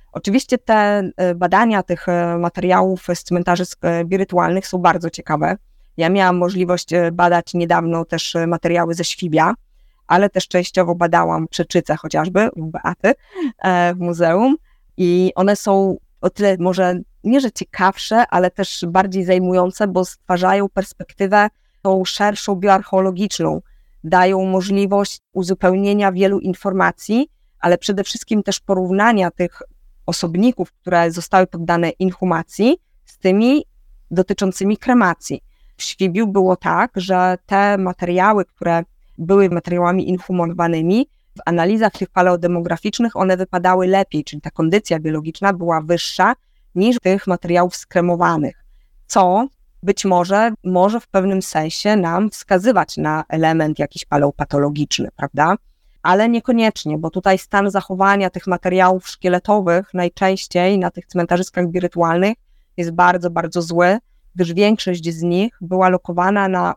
Oczywiście te badania tych materiałów z cmentarzysk wirytualnych są bardzo ciekawe. Ja miałam możliwość badać niedawno też materiały ze Świbia, ale też częściowo badałam Przeczyce chociażby, u Beaty w muzeum i one są o tyle może nie, że ciekawsze, ale też bardziej zajmujące, bo stwarzają perspektywę tą szerszą bioarcheologiczną, dają możliwość uzupełnienia wielu informacji, ale przede wszystkim też porównania tych osobników, które zostały poddane inhumacji z tymi dotyczącymi kremacji. W Świbiu było tak, że te materiały, które były materiałami inhumowanymi, w analizach tych paleodemograficznych one wypadały lepiej, czyli ta kondycja biologiczna była wyższa niż tych materiałów skremowanych, co być może w pewnym sensie nam wskazywać na element jakiś paleopatologiczny, prawda? Ale niekoniecznie, bo tutaj stan zachowania tych materiałów szkieletowych najczęściej na tych cmentarzyskach wirytualnych jest bardzo, bardzo zły, gdyż większość z nich była lokowana na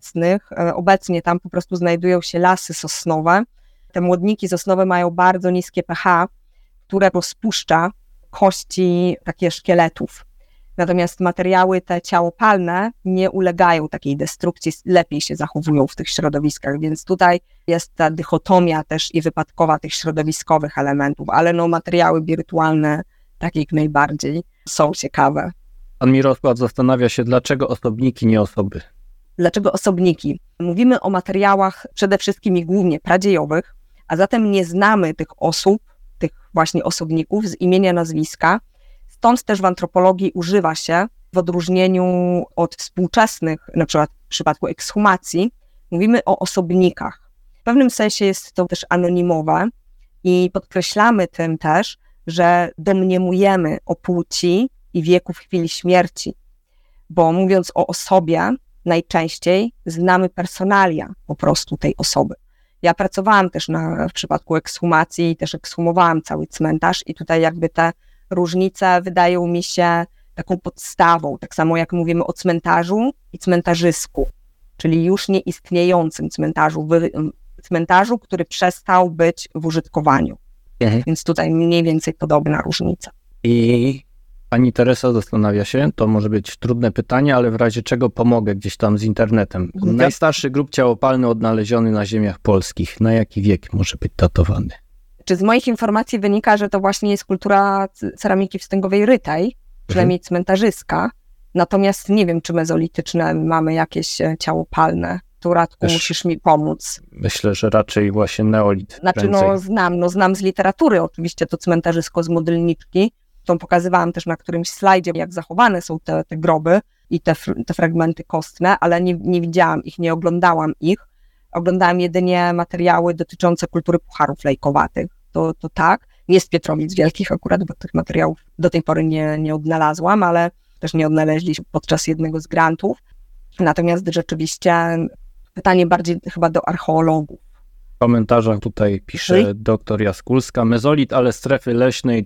obecnie tam po prostu znajdują się lasy sosnowe. Te młodniki sosnowe mają bardzo niskie pH, które rozpuszcza kości takie szkieletów. Natomiast materiały te ciałopalne nie ulegają takiej destrukcji, lepiej się zachowują w tych środowiskach, więc tutaj jest ta dychotomia też i wypadkowa tych środowiskowych elementów, ale no materiały wirytualne tak jak najbardziej są ciekawe. Pan Mirosław zastanawia się, dlaczego osobniki, nie osoby. Dlaczego osobniki? Mówimy o materiałach przede wszystkim i głównie pradziejowych, a zatem nie znamy tych osób, tych właśnie osobników z imienia, nazwiska. Stąd też w antropologii używa się, w odróżnieniu od współczesnych, na przykład w przypadku ekshumacji, mówimy o osobnikach. W pewnym sensie jest to też anonimowe i podkreślamy tym też, że domniemujemy o płci i wieku w chwili śmierci, bo mówiąc o osobie, najczęściej znamy personalia po prostu tej osoby. Ja pracowałam też w przypadku ekshumacji i też ekshumowałam cały cmentarz i tutaj jakby te różnice wydają mi się taką podstawą, tak samo jak mówimy o cmentarzu i cmentarzysku, czyli już nieistniejącym cmentarzu, który przestał być w użytkowaniu. Więc tutaj mniej więcej podobna różnica. I pani Teresa zastanawia się, to może być trudne pytanie, ale w razie czego pomogę gdzieś tam z internetem. Najstarszy grób ciałopalny odnaleziony na ziemiach polskich. Na jaki wiek może być datowany? Czy z moich informacji wynika, że to właśnie jest kultura ceramiki wstęgowej rytej, przynajmniej cmentarzyska, natomiast nie wiem, czy mezolityczne mamy jakieś ciałopalne. Tu, Radku, musisz mi pomóc. Myślę, że raczej właśnie neolit. Znaczy, znam z literatury oczywiście to cmentarzysko z Modlniczki, tą pokazywałam też na którymś slajdzie, jak zachowane są te groby i te fragmenty kostne, ale nie widziałam ich, nie oglądałam ich. Oglądałam jedynie materiały dotyczące kultury pucharów lejkowatych. To tak. Nie z Pietrowic Wielkich akurat, bo tych materiałów do tej pory nie odnalazłam, ale też nie odnaleźliśmy podczas jednego z grantów. Natomiast rzeczywiście pytanie bardziej chyba do archeologów. W komentarzach tutaj pisze dr Jaskulska, mezolit, ale strefy leśnej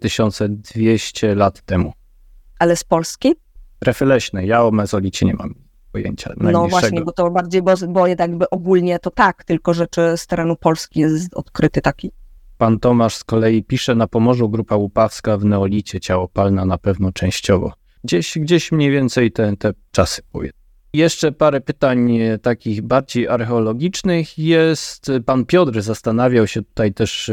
4200 lat temu. Ale z Polski? Strefy leśnej, ja o mezolicie nie mam pojęcia najmniejszego. No właśnie, bo to bardziej, bo jakby ogólnie to tak, tylko że czy z terenu Polski jest odkryty taki. Pan Tomasz z kolei pisze, na Pomorzu grupa łupawska w neolicie, ciałopalna na pewno częściowo. Gdzieś mniej więcej te czasy powie. Jeszcze parę pytań takich bardziej archeologicznych jest. Pan Piotr zastanawiał się tutaj też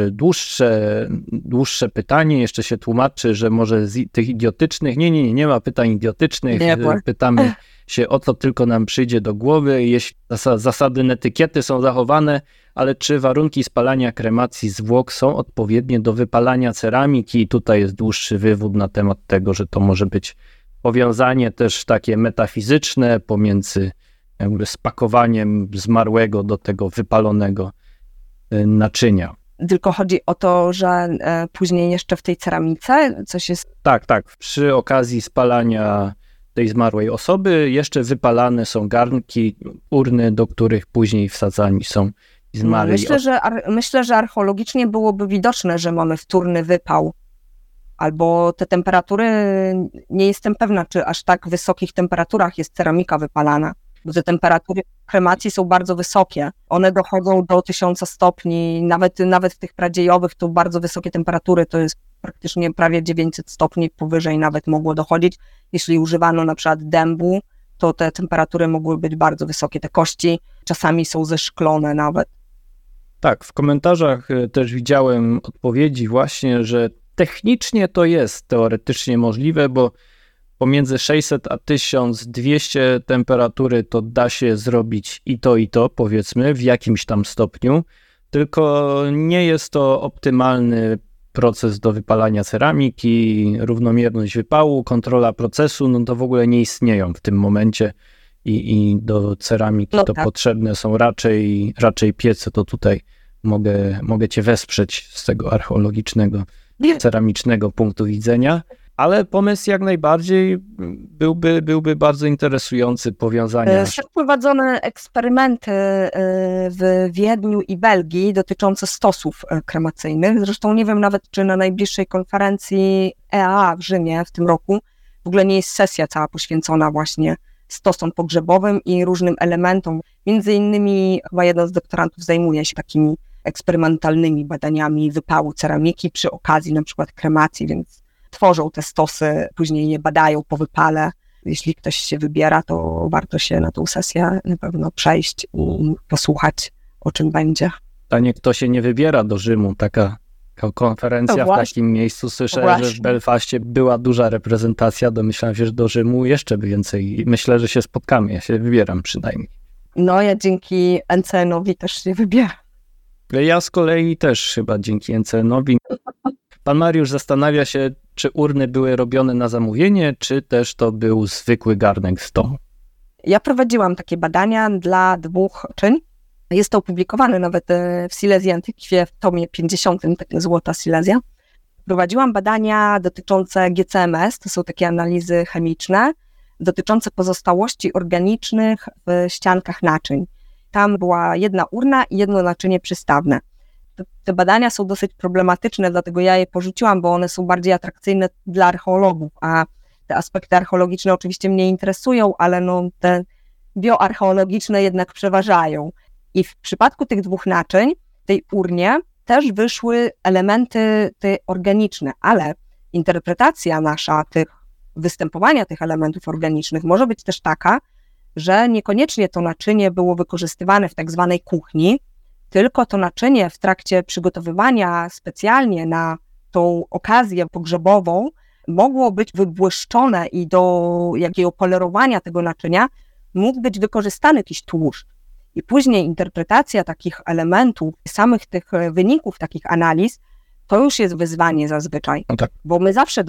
dłuższe pytanie, jeszcze się tłumaczy, że może z tych idiotycznych, nie ma pytań idiotycznych, pytamy się o co tylko nam przyjdzie do głowy, jeśli zasady netykiety są zachowane, ale czy warunki spalania kremacji zwłok są odpowiednie do wypalania ceramiki i tutaj jest dłuższy wywód na temat tego, że to może być powiązanie też takie metafizyczne pomiędzy jakby spakowaniem zmarłego do tego wypalonego naczynia. Tylko chodzi o to, że później jeszcze w tej ceramice coś jest... Tak. Przy okazji spalania tej zmarłej osoby jeszcze wypalane są garnki, urny, do których później wsadzani są zmarli. Myślę, że archeologicznie byłoby widoczne, że mamy wtórny wypał. Albo te temperatury, nie jestem pewna, czy aż tak wysokich temperaturach jest ceramika wypalana. bo te temperatury kremacji są bardzo wysokie. One dochodzą do 1000 stopni, nawet w tych pradziejowych to bardzo wysokie temperatury, to jest praktycznie prawie 900 stopni, powyżej nawet mogło dochodzić. Jeśli używano na przykład dębu, to te temperatury mogły być bardzo wysokie. Te kości czasami są zeszklone nawet. Tak, w komentarzach też widziałem odpowiedzi właśnie, że technicznie to jest teoretycznie możliwe, bo pomiędzy 600 a 1200 temperatury to da się zrobić i to, powiedzmy, w jakimś tam stopniu, tylko nie jest to optymalny proces do wypalania ceramiki, równomierność wypału, kontrola procesu, no to w ogóle nie istnieją w tym momencie i do ceramiki to potrzebne są raczej piece, to tutaj mogę cię wesprzeć z tego archeologicznego, ceramicznego punktu widzenia. Ale pomysł jak najbardziej byłby bardzo interesujący, powiązania. Są prowadzone eksperymenty w Wiedniu i Belgii dotyczące stosów kremacyjnych. Zresztą nie wiem nawet, czy na najbliższej konferencji EAA w Rzymie w tym roku w ogóle nie jest sesja cała poświęcona właśnie stosom pogrzebowym i różnym elementom. Między innymi chyba jeden z doktorantów zajmuje się takimi eksperymentalnymi badaniami wypału ceramiki przy okazji na przykład kremacji, więc tworzą te stosy, później je badają po wypale. Jeśli ktoś się wybiera, to warto się na tą sesję na pewno przejść i posłuchać, o czym będzie. Pytanie, kto się nie wybiera do Rzymu, taka konferencja w takim miejscu. Słyszę, że w Belfaście była duża reprezentacja, domyślam się, że do Rzymu jeszcze więcej. Myślę, że się spotkamy, ja się wybieram przynajmniej. No ja dzięki NCN-owi też się wybieram. Ja z kolei też chyba dzięki NCN-owi. Pan Mariusz zastanawia się, czy urny były robione na zamówienie, czy też to był zwykły garnek z domu. Ja prowadziłam takie badania dla 2 czyń. Jest to opublikowane nawet w Silesii Antiquae w tomie 50, taka złota Silesia. Prowadziłam badania dotyczące GCMS, to są takie analizy chemiczne, dotyczące pozostałości organicznych w ściankach naczyń. Tam była jedna urna i jedno naczynie przystawne. Te badania są dosyć problematyczne, dlatego ja je porzuciłam, bo one są bardziej atrakcyjne dla archeologów, a te aspekty archeologiczne oczywiście mnie interesują, ale no te bioarcheologiczne jednak przeważają. I w przypadku tych 2 naczyń, tej urnie, też wyszły elementy te organiczne, ale interpretacja nasza występowania tych elementów organicznych może być też taka, że niekoniecznie to naczynie było wykorzystywane w tak zwanej kuchni, tylko to naczynie w trakcie przygotowywania specjalnie na tą okazję pogrzebową mogło być wybłyszczone i do jakiego polerowania tego naczynia mógł być wykorzystany jakiś tłuszcz. I później interpretacja takich elementów, samych tych wyników takich analiz, to już jest wyzwanie zazwyczaj, no tak. Bo my zawsze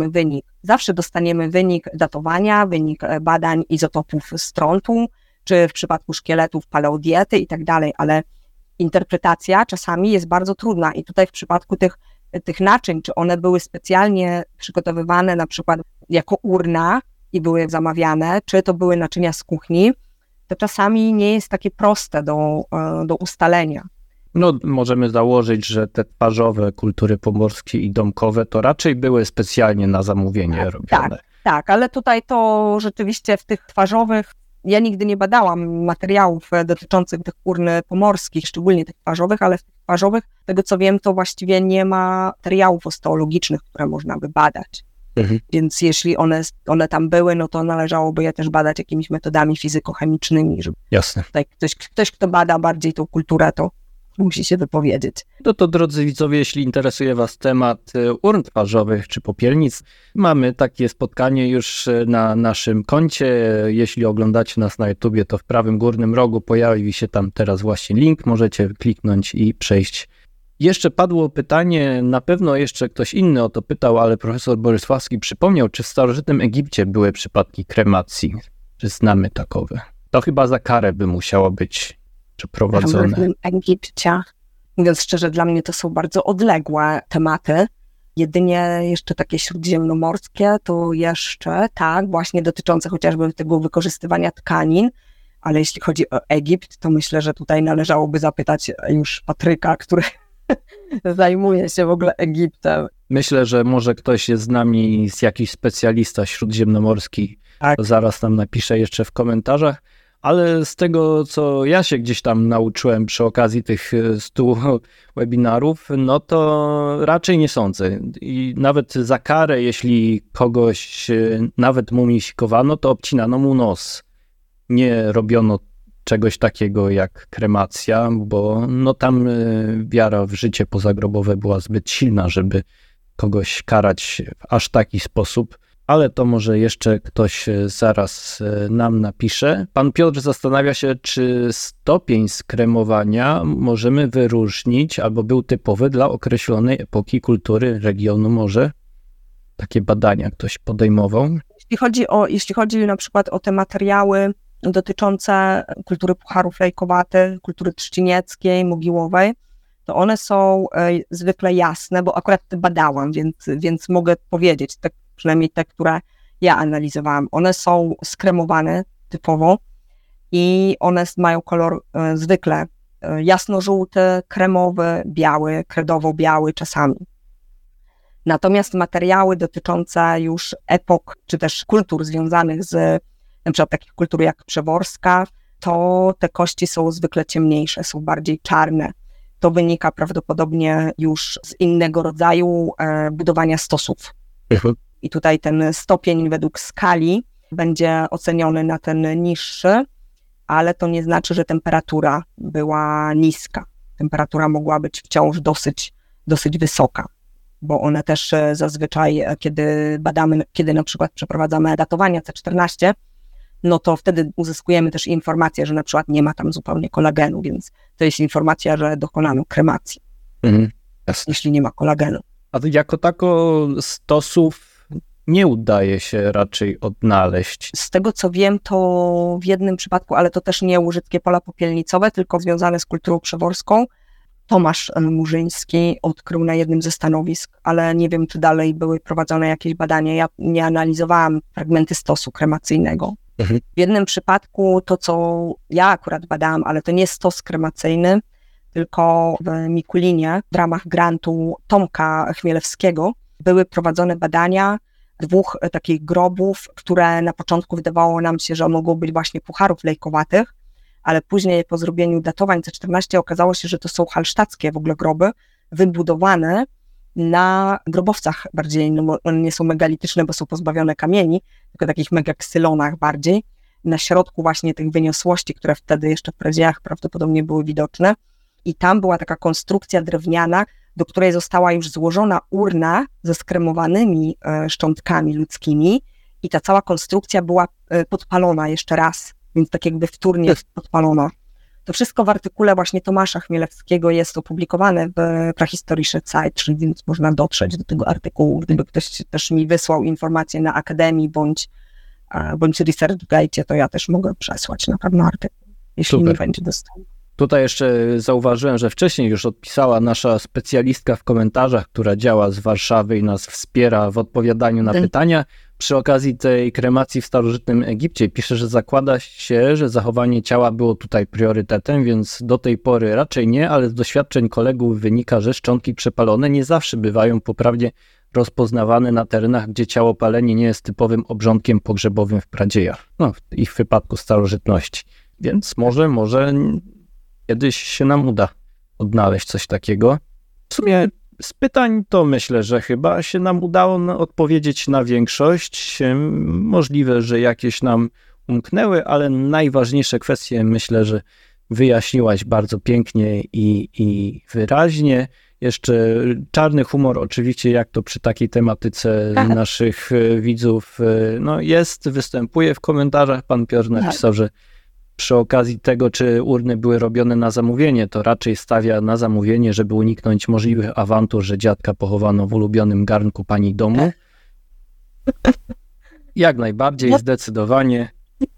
dostaniemy wynik datowania, wynik badań izotopów strontu, czy w przypadku szkieletów paleodiety i tak dalej, ale interpretacja czasami jest bardzo trudna i tutaj w przypadku tych naczyń, czy one były specjalnie przygotowywane na przykład jako urna i były zamawiane, czy to były naczynia z kuchni, to czasami nie jest takie proste do ustalenia. No, możemy założyć, że te twarzowe kultury pomorskie i domkowe to raczej były specjalnie na zamówienie robione. Tak, ale tutaj to rzeczywiście w tych twarzowych, ja nigdy nie badałam materiałów dotyczących tych urn pomorskich, szczególnie tych twarzowych, ale w tych twarzowych, tego co wiem, to właściwie nie ma materiałów osteologicznych, które można by badać. Więc jeśli one tam były, no to należałoby je też badać jakimiś metodami fizykochemicznymi, żeby Jasne. Tutaj ktoś, kto bada bardziej tą kulturę, to musi się wypowiedzieć. No to drodzy widzowie, jeśli interesuje Was temat urn twarzowych czy popielnic, mamy takie spotkanie już na naszym koncie. Jeśli oglądacie nas na YouTubie, to w prawym górnym rogu pojawi się tam teraz właśnie link, możecie kliknąć i przejść. Jeszcze padło pytanie, na pewno jeszcze ktoś inny o to pytał, ale profesor Borysławski przypomniał, czy w starożytnym Egipcie były przypadki kremacji, czy znamy takowe. To chyba za karę by musiało być przeprowadzone. W Egipcie, mówiąc szczerze, dla mnie to są bardzo odległe tematy. Jedynie jeszcze takie śródziemnomorskie, to jeszcze tak, właśnie dotyczące chociażby tego wykorzystywania tkanin, ale jeśli chodzi o Egipt, to myślę, że tutaj należałoby zapytać już Patryka, który zajmuje się w ogóle Egiptem. Myślę, że może ktoś jest z nami, jakiś specjalista śródziemnomorski, tak. To zaraz nam napisze jeszcze w komentarzach. ale z tego, co ja się gdzieś tam nauczyłem przy okazji tych 100 webinarów, no to raczej nie sądzę. I nawet za karę, jeśli kogoś nawet mumifikowano, to obcinano mu nos. Nie robiono czegoś takiego jak kremacja, bo no tam wiara w życie pozagrobowe była zbyt silna, żeby kogoś karać w aż taki sposób. Ale to może jeszcze ktoś zaraz nam napisze. Pan Piotr zastanawia się, czy stopień skremowania możemy wyróżnić albo był typowy dla określonej epoki kultury regionu może? Takie badania ktoś podejmował? Jeśli chodzi na przykład o te materiały dotyczące kultury pucharów lejkowatych, kultury trzcinieckiej, mogiłowej, to one są zwykle jasne, bo akurat badałam, więc mogę powiedzieć, tak, przynajmniej te, które ja analizowałam. One są skremowane typowo i one mają kolor zwykle jasno-żółty, kremowy, biały, kredowo-biały czasami. Natomiast materiały dotyczące już epok, czy też kultur związanych z na przykład takich kultur jak przeworska, to te kości są zwykle ciemniejsze, są bardziej czarne. To wynika prawdopodobnie już z innego rodzaju budowania stosów. I tutaj ten stopień według skali będzie oceniony na ten niższy, ale to nie znaczy, że temperatura była niska. Temperatura mogła być wciąż dosyć wysoka, bo one też zazwyczaj, kiedy na przykład przeprowadzamy datowania C14, no to wtedy uzyskujemy też informację, że na przykład nie ma tam zupełnie kolagenu, więc to jest informacja, że dokonano kremacji, jeśli nie ma kolagenu. A jako tako stosów nie udaje się raczej odnaleźć. Z tego co wiem, to w jednym przypadku, ale to też nie łużyckie pola popielnicowe, tylko związane z kulturą przeworską, Tomasz Murzyński odkrył na jednym ze stanowisk, ale nie wiem, czy dalej były prowadzone jakieś badania. Ja nie analizowałam fragmenty stosu kremacyjnego. W jednym przypadku to, co ja akurat badałam, ale to nie stos kremacyjny, tylko w Mikulinie w ramach grantu Tomka Chmielewskiego były prowadzone badania 2 takich grobów, które na początku wydawało nam się, że mogą być właśnie pucharów lejkowatych, ale później po zrobieniu datowań C14 okazało się, że to są halsztackie w ogóle groby, wybudowane na grobowcach bardziej, no bo one nie są megalityczne, bo są pozbawione kamieni, tylko takich megaksylonach bardziej, na środku właśnie tych wyniosłości, które wtedy jeszcze w pradziejach prawdopodobnie były widoczne. I tam była taka konstrukcja drewniana, do której została już złożona urna ze skremowanymi szczątkami ludzkimi i ta cała konstrukcja była podpalona jeszcze raz, więc tak jakby wtórnie podpalona. To wszystko w artykule właśnie Tomasza Chmielewskiego jest opublikowane w Prahistorische Zeit, więc można dotrzeć do tego artykułu, gdyby ktoś też mi wysłał informacje na Akademii bądź ResearchGate, to ja też mogę przesłać na pewno artykuł, jeśli nie będzie dostępny. Tutaj jeszcze zauważyłem, że wcześniej już odpisała nasza specjalistka w komentarzach, która działa z Warszawy i nas wspiera w odpowiadaniu na pytania. Przy okazji tej kremacji w starożytnym Egipcie pisze, że zakłada się, że zachowanie ciała było tutaj priorytetem, więc do tej pory raczej nie, ale z doświadczeń kolegów wynika, że szczątki przepalone nie zawsze bywają poprawnie rozpoznawane na terenach, gdzie ciało palenie nie jest typowym obrządkiem pogrzebowym w pradziejach. No, w ich wypadku starożytności. Więc może kiedyś się nam uda odnaleźć coś takiego. W sumie z pytań to myślę, że chyba się nam udało odpowiedzieć na większość. Możliwe, że jakieś nam umknęły, ale najważniejsze kwestie myślę, że wyjaśniłaś bardzo pięknie i wyraźnie. Jeszcze czarny humor oczywiście, jak to przy takiej tematyce naszych widzów występuje w komentarzach. Pan Piotr napisał, że przy okazji tego, czy urny były robione na zamówienie, to raczej stawia na zamówienie, żeby uniknąć możliwych awantur, że dziadka pochowano w ulubionym garnku pani domu. Jak najbardziej, zdecydowanie.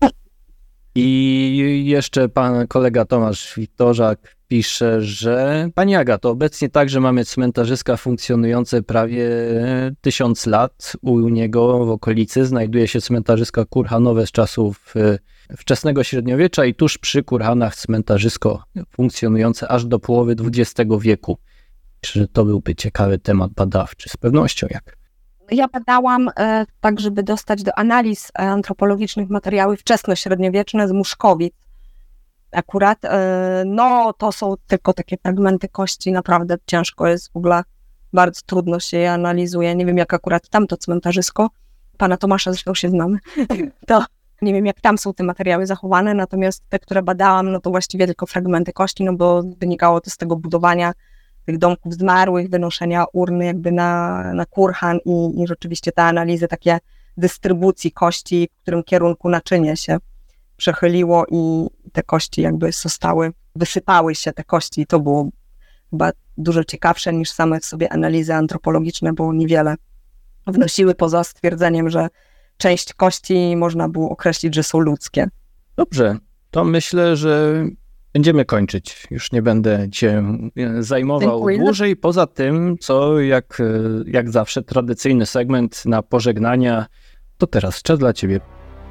I jeszcze pan kolega Tomasz Witorzak pisze, że pani Agato, obecnie także mamy cmentarzyska funkcjonujące prawie 1000 lat. U niego w okolicy znajduje się cmentarzysko kurhanowe z czasów wczesnego średniowiecza i tuż przy kurhanach cmentarzysko funkcjonujące aż do połowy XX wieku. Myślę, że to byłby ciekawy temat badawczy, z pewnością jak. Ja badałam tak, żeby dostać do analiz antropologicznych materiały wczesnośredniowieczne z Muszkowic. Akurat, no to są tylko takie fragmenty kości, naprawdę ciężko jest w ogóle, bardzo trudno się je analizuje. Nie wiem, jak akurat tamto cmentarzysko, pana Tomasza zresztą się znamy, to nie wiem, jak tam są te materiały zachowane, natomiast te, które badałam, no to właściwie tylko fragmenty kości, no bo wynikało to z tego budowania tych domków zmarłych, wynoszenia urny jakby na kurhan i rzeczywiście te analizy takie dystrybucji kości, w którym kierunku naczynie się przechyliło i te kości jakby zostały, wysypały się te kości i to było chyba dużo ciekawsze niż same w sobie analizy antropologiczne, bo niewiele wnosiły poza stwierdzeniem, że część kości można było określić, że są ludzkie. Dobrze, to myślę, że będziemy kończyć. Już nie będę cię zajmował dłużej. Poza tym, co jak zawsze tradycyjny segment na pożegnania, to teraz czas dla ciebie.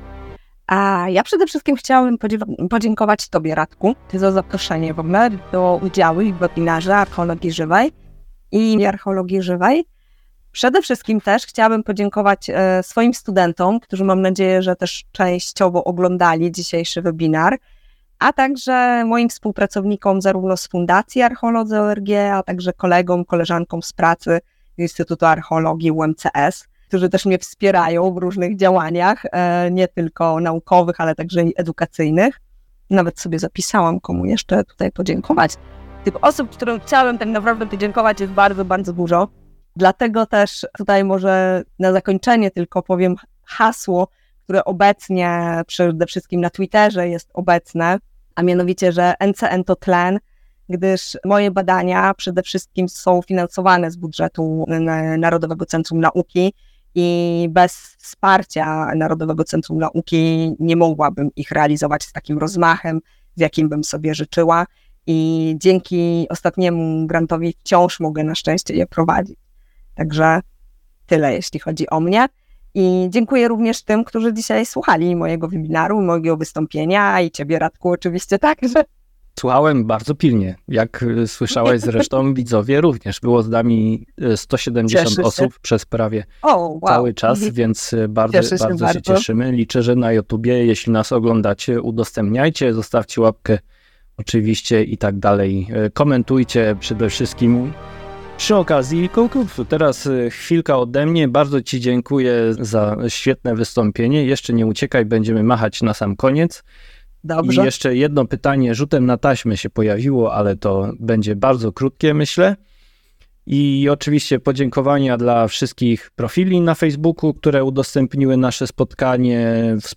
A ja przede wszystkim chciałabym podziękować tobie, Radku, za zaproszenie w ogóle do udziału w webinarze Archeologii Żywej i Archeologii Żywej. Przede wszystkim też chciałabym podziękować swoim studentom, którzy mam nadzieję, że też częściowo oglądali dzisiejszy webinar, a także moim współpracownikom zarówno z Fundacji Archeolodzy ORG, a także kolegom, koleżankom z pracy Instytutu Archeologii UMCS, którzy też mnie wspierają w różnych działaniach, nie tylko naukowych, ale także i edukacyjnych. Nawet sobie zapisałam, komu jeszcze tutaj podziękować. Tych osób, którym chciałem tak naprawdę podziękować, jest bardzo, bardzo dużo. Dlatego też tutaj może na zakończenie tylko powiem hasło, które obecnie przede wszystkim na Twitterze jest obecne, a mianowicie, że NCN to tlen, gdyż moje badania przede wszystkim są finansowane z budżetu Narodowego Centrum Nauki i bez wsparcia Narodowego Centrum Nauki nie mogłabym ich realizować z takim rozmachem, z jakim bym sobie życzyła i dzięki ostatniemu grantowi wciąż mogę na szczęście je prowadzić. Także tyle, jeśli chodzi o mnie. I dziękuję również tym, którzy dzisiaj słuchali mojego webinaru, mojego wystąpienia i ciebie, Radku, oczywiście także. Słuchałem bardzo pilnie. Jak słyszałeś zresztą, widzowie również. Było z nami 170 osób przez prawie cały czas, więc bardzo się cieszymy. Liczę, że na YouTubie, jeśli nas oglądacie, udostępniajcie, zostawcie łapkę oczywiście i tak dalej. Komentujcie przede wszystkim. Przy okazji konkursu, teraz chwilka ode mnie. Bardzo ci dziękuję za świetne wystąpienie. Jeszcze nie uciekaj, będziemy machać na sam koniec. Dobrze. I jeszcze jedno pytanie rzutem na taśmę się pojawiło, ale to będzie bardzo krótkie, myślę. I oczywiście podziękowania dla wszystkich profili na Facebooku, które udostępniły nasze spotkanie,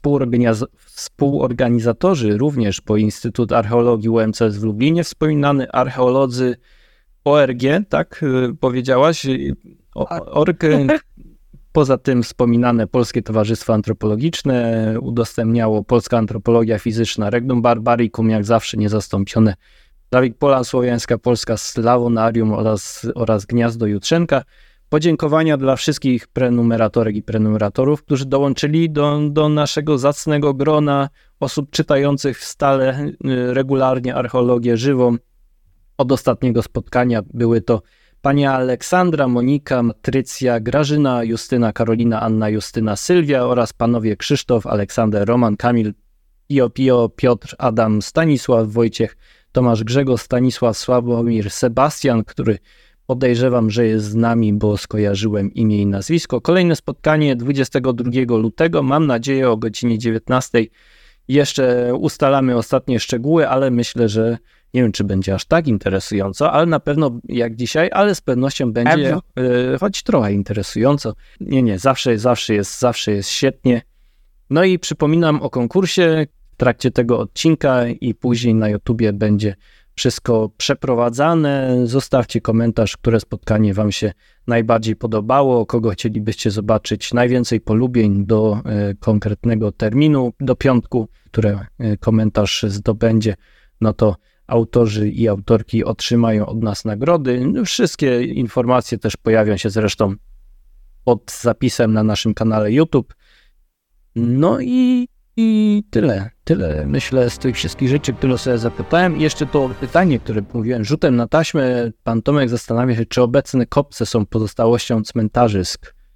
współorganizatorzy również, bo Instytut Archeologii UMCS w Lublinie, wspominany archeolodzy ORG, tak powiedziałaś? ORG. Poza tym wspominane Polskie Towarzystwo Antropologiczne, udostępniało Polska Antropologia Fizyczna, Regnum Barbaricum, jak zawsze niezastąpione, Dawid Polan, Słowiańska Polska Slawonarium oraz Gniazdo Jutrzenka. Podziękowania dla wszystkich prenumeratorek i prenumeratorów, którzy dołączyli do naszego zacnego grona osób czytających stale, regularnie archeologię żywą. Od ostatniego spotkania były to pani Aleksandra, Monika, Matrycja, Grażyna, Justyna, Karolina, Anna, Justyna, Sylwia oraz panowie Krzysztof, Aleksander, Roman, Kamil, Pio, Piotr, Adam, Stanisław, Wojciech, Tomasz, Grzegorz, Stanisław, Sławomir, Sebastian, który podejrzewam, że jest z nami, bo skojarzyłem imię i nazwisko. Kolejne spotkanie 22 lutego, mam nadzieję o godzinie 19. Jeszcze ustalamy ostatnie szczegóły, ale myślę, że nie wiem, czy będzie aż tak interesująco, ale na pewno jak dzisiaj, ale z pewnością będzie choć trochę interesująco. Nie, zawsze jest świetnie. No i przypominam o konkursie w trakcie tego odcinka i później na YouTubie będzie wszystko przeprowadzane. Zostawcie komentarz, które spotkanie wam się najbardziej podobało, kogo chcielibyście zobaczyć najwięcej polubień do konkretnego terminu, do piątku, które komentarz zdobędzie, no to autorzy i autorki otrzymają od nas nagrody. Wszystkie informacje też pojawią się zresztą pod zapisem na naszym kanale YouTube. No i tyle. Myślę z tych wszystkich rzeczy, które sobie zapytałem. I jeszcze to pytanie, które mówiłem rzutem na taśmę. Pan Tomek zastanawia się, czy obecne kopce są pozostałością cmentarzysk.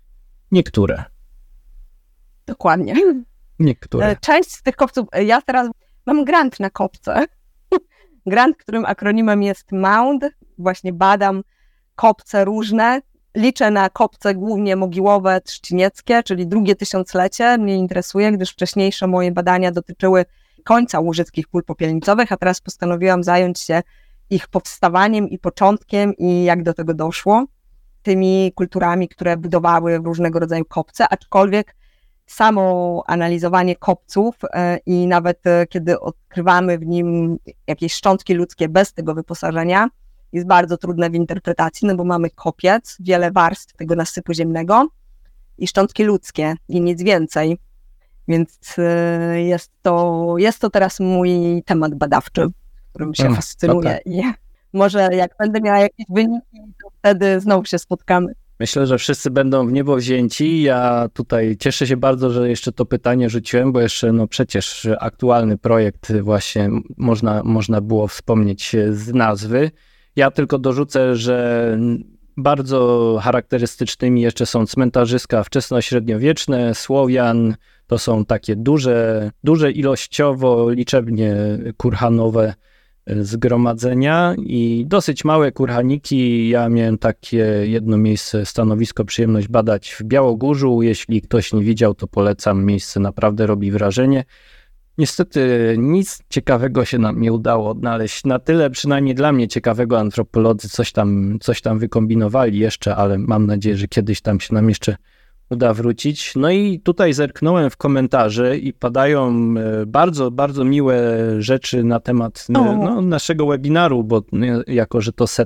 Niektóre. Dokładnie. Niektóre. Część z tych kopców, ja teraz mam grant na kopce. Grant, którym akronimem jest MOUND. Właśnie badam kopce różne. Liczę na kopce głównie mogiłowe, trzcinieckie, czyli drugie tysiąclecie. Mnie interesuje, gdyż wcześniejsze moje badania dotyczyły końca łużyckich pól popielnicowych, a teraz postanowiłam zająć się ich powstawaniem i początkiem i jak do tego doszło. Tymi kulturami, które budowały różnego rodzaju kopce, aczkolwiek samo analizowanie kopców i nawet kiedy odkrywamy w nim jakieś szczątki ludzkie bez tego wyposażenia, jest bardzo trudne w interpretacji, no bo mamy kopiec, wiele warstw tego nasypu ziemnego i szczątki ludzkie i nic więcej. Więc jest to teraz mój temat badawczy, którym się fascynuję. I może jak będę miała jakieś wyniki, to wtedy znowu się spotkamy. Myślę, że wszyscy będą w niebo wzięci. Ja tutaj cieszę się bardzo, że jeszcze to pytanie rzuciłem, bo jeszcze przecież aktualny projekt właśnie można było wspomnieć z nazwy. Ja tylko dorzucę, że bardzo charakterystycznymi jeszcze są cmentarzyska wczesnośredniowieczne, Słowian. To są takie duże ilościowo, liczebnie kurhanowe zgromadzenia i dosyć małe kurhaniki. Ja miałem takie jedno miejsce, stanowisko, przyjemność badać w Białogórzu. Jeśli ktoś nie widział, to polecam. Miejsce naprawdę robi wrażenie. Niestety nic ciekawego się nam nie udało odnaleźć. Na tyle przynajmniej dla mnie ciekawego antropolodzy coś tam wykombinowali jeszcze, ale mam nadzieję, że kiedyś tam się nam jeszcze uda wrócić. No i tutaj zerknąłem w komentarze i padają bardzo, bardzo miłe rzeczy na temat naszego webinaru, bo jako, że to 100.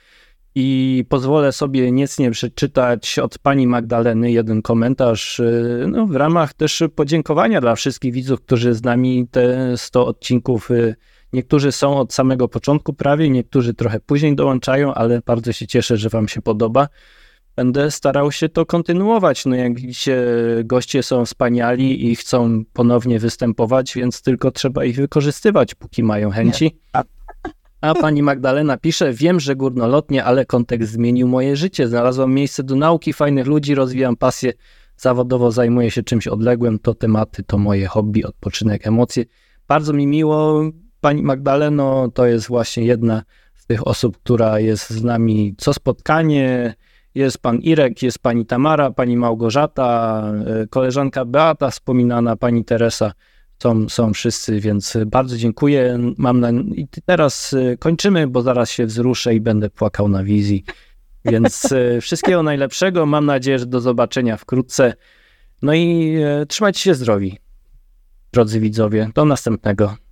I pozwolę sobie niecnie przeczytać od pani Magdaleny jeden komentarz w ramach też podziękowania dla wszystkich widzów, którzy z nami te 100 odcinków, niektórzy są od samego początku prawie, niektórzy trochę później dołączają, ale bardzo się cieszę, że wam się podoba. Będę starał się to kontynuować. No jak widzicie, goście są wspaniali i chcą ponownie występować, więc tylko trzeba ich wykorzystywać, póki mają chęci. A pani Magdalena pisze, wiem, że górnolotnie, ale kontekst zmienił moje życie. Znalazłam miejsce do nauki, fajnych ludzi, rozwijam pasję, zawodowo zajmuję się czymś odległym, to tematy, to moje hobby, odpoczynek, emocje. Bardzo mi miło, pani Magdaleno, to jest właśnie jedna z tych osób, która jest z nami co spotkanie. Jest pan Irek, jest pani Tamara, pani Małgorzata, koleżanka Beata wspominana, pani Teresa. Są wszyscy, więc bardzo dziękuję. I teraz kończymy, bo zaraz się wzruszę i będę płakał na wizji. Więc wszystkiego najlepszego. Mam nadzieję, że do zobaczenia wkrótce. No i trzymajcie się zdrowi, drodzy widzowie. Do następnego.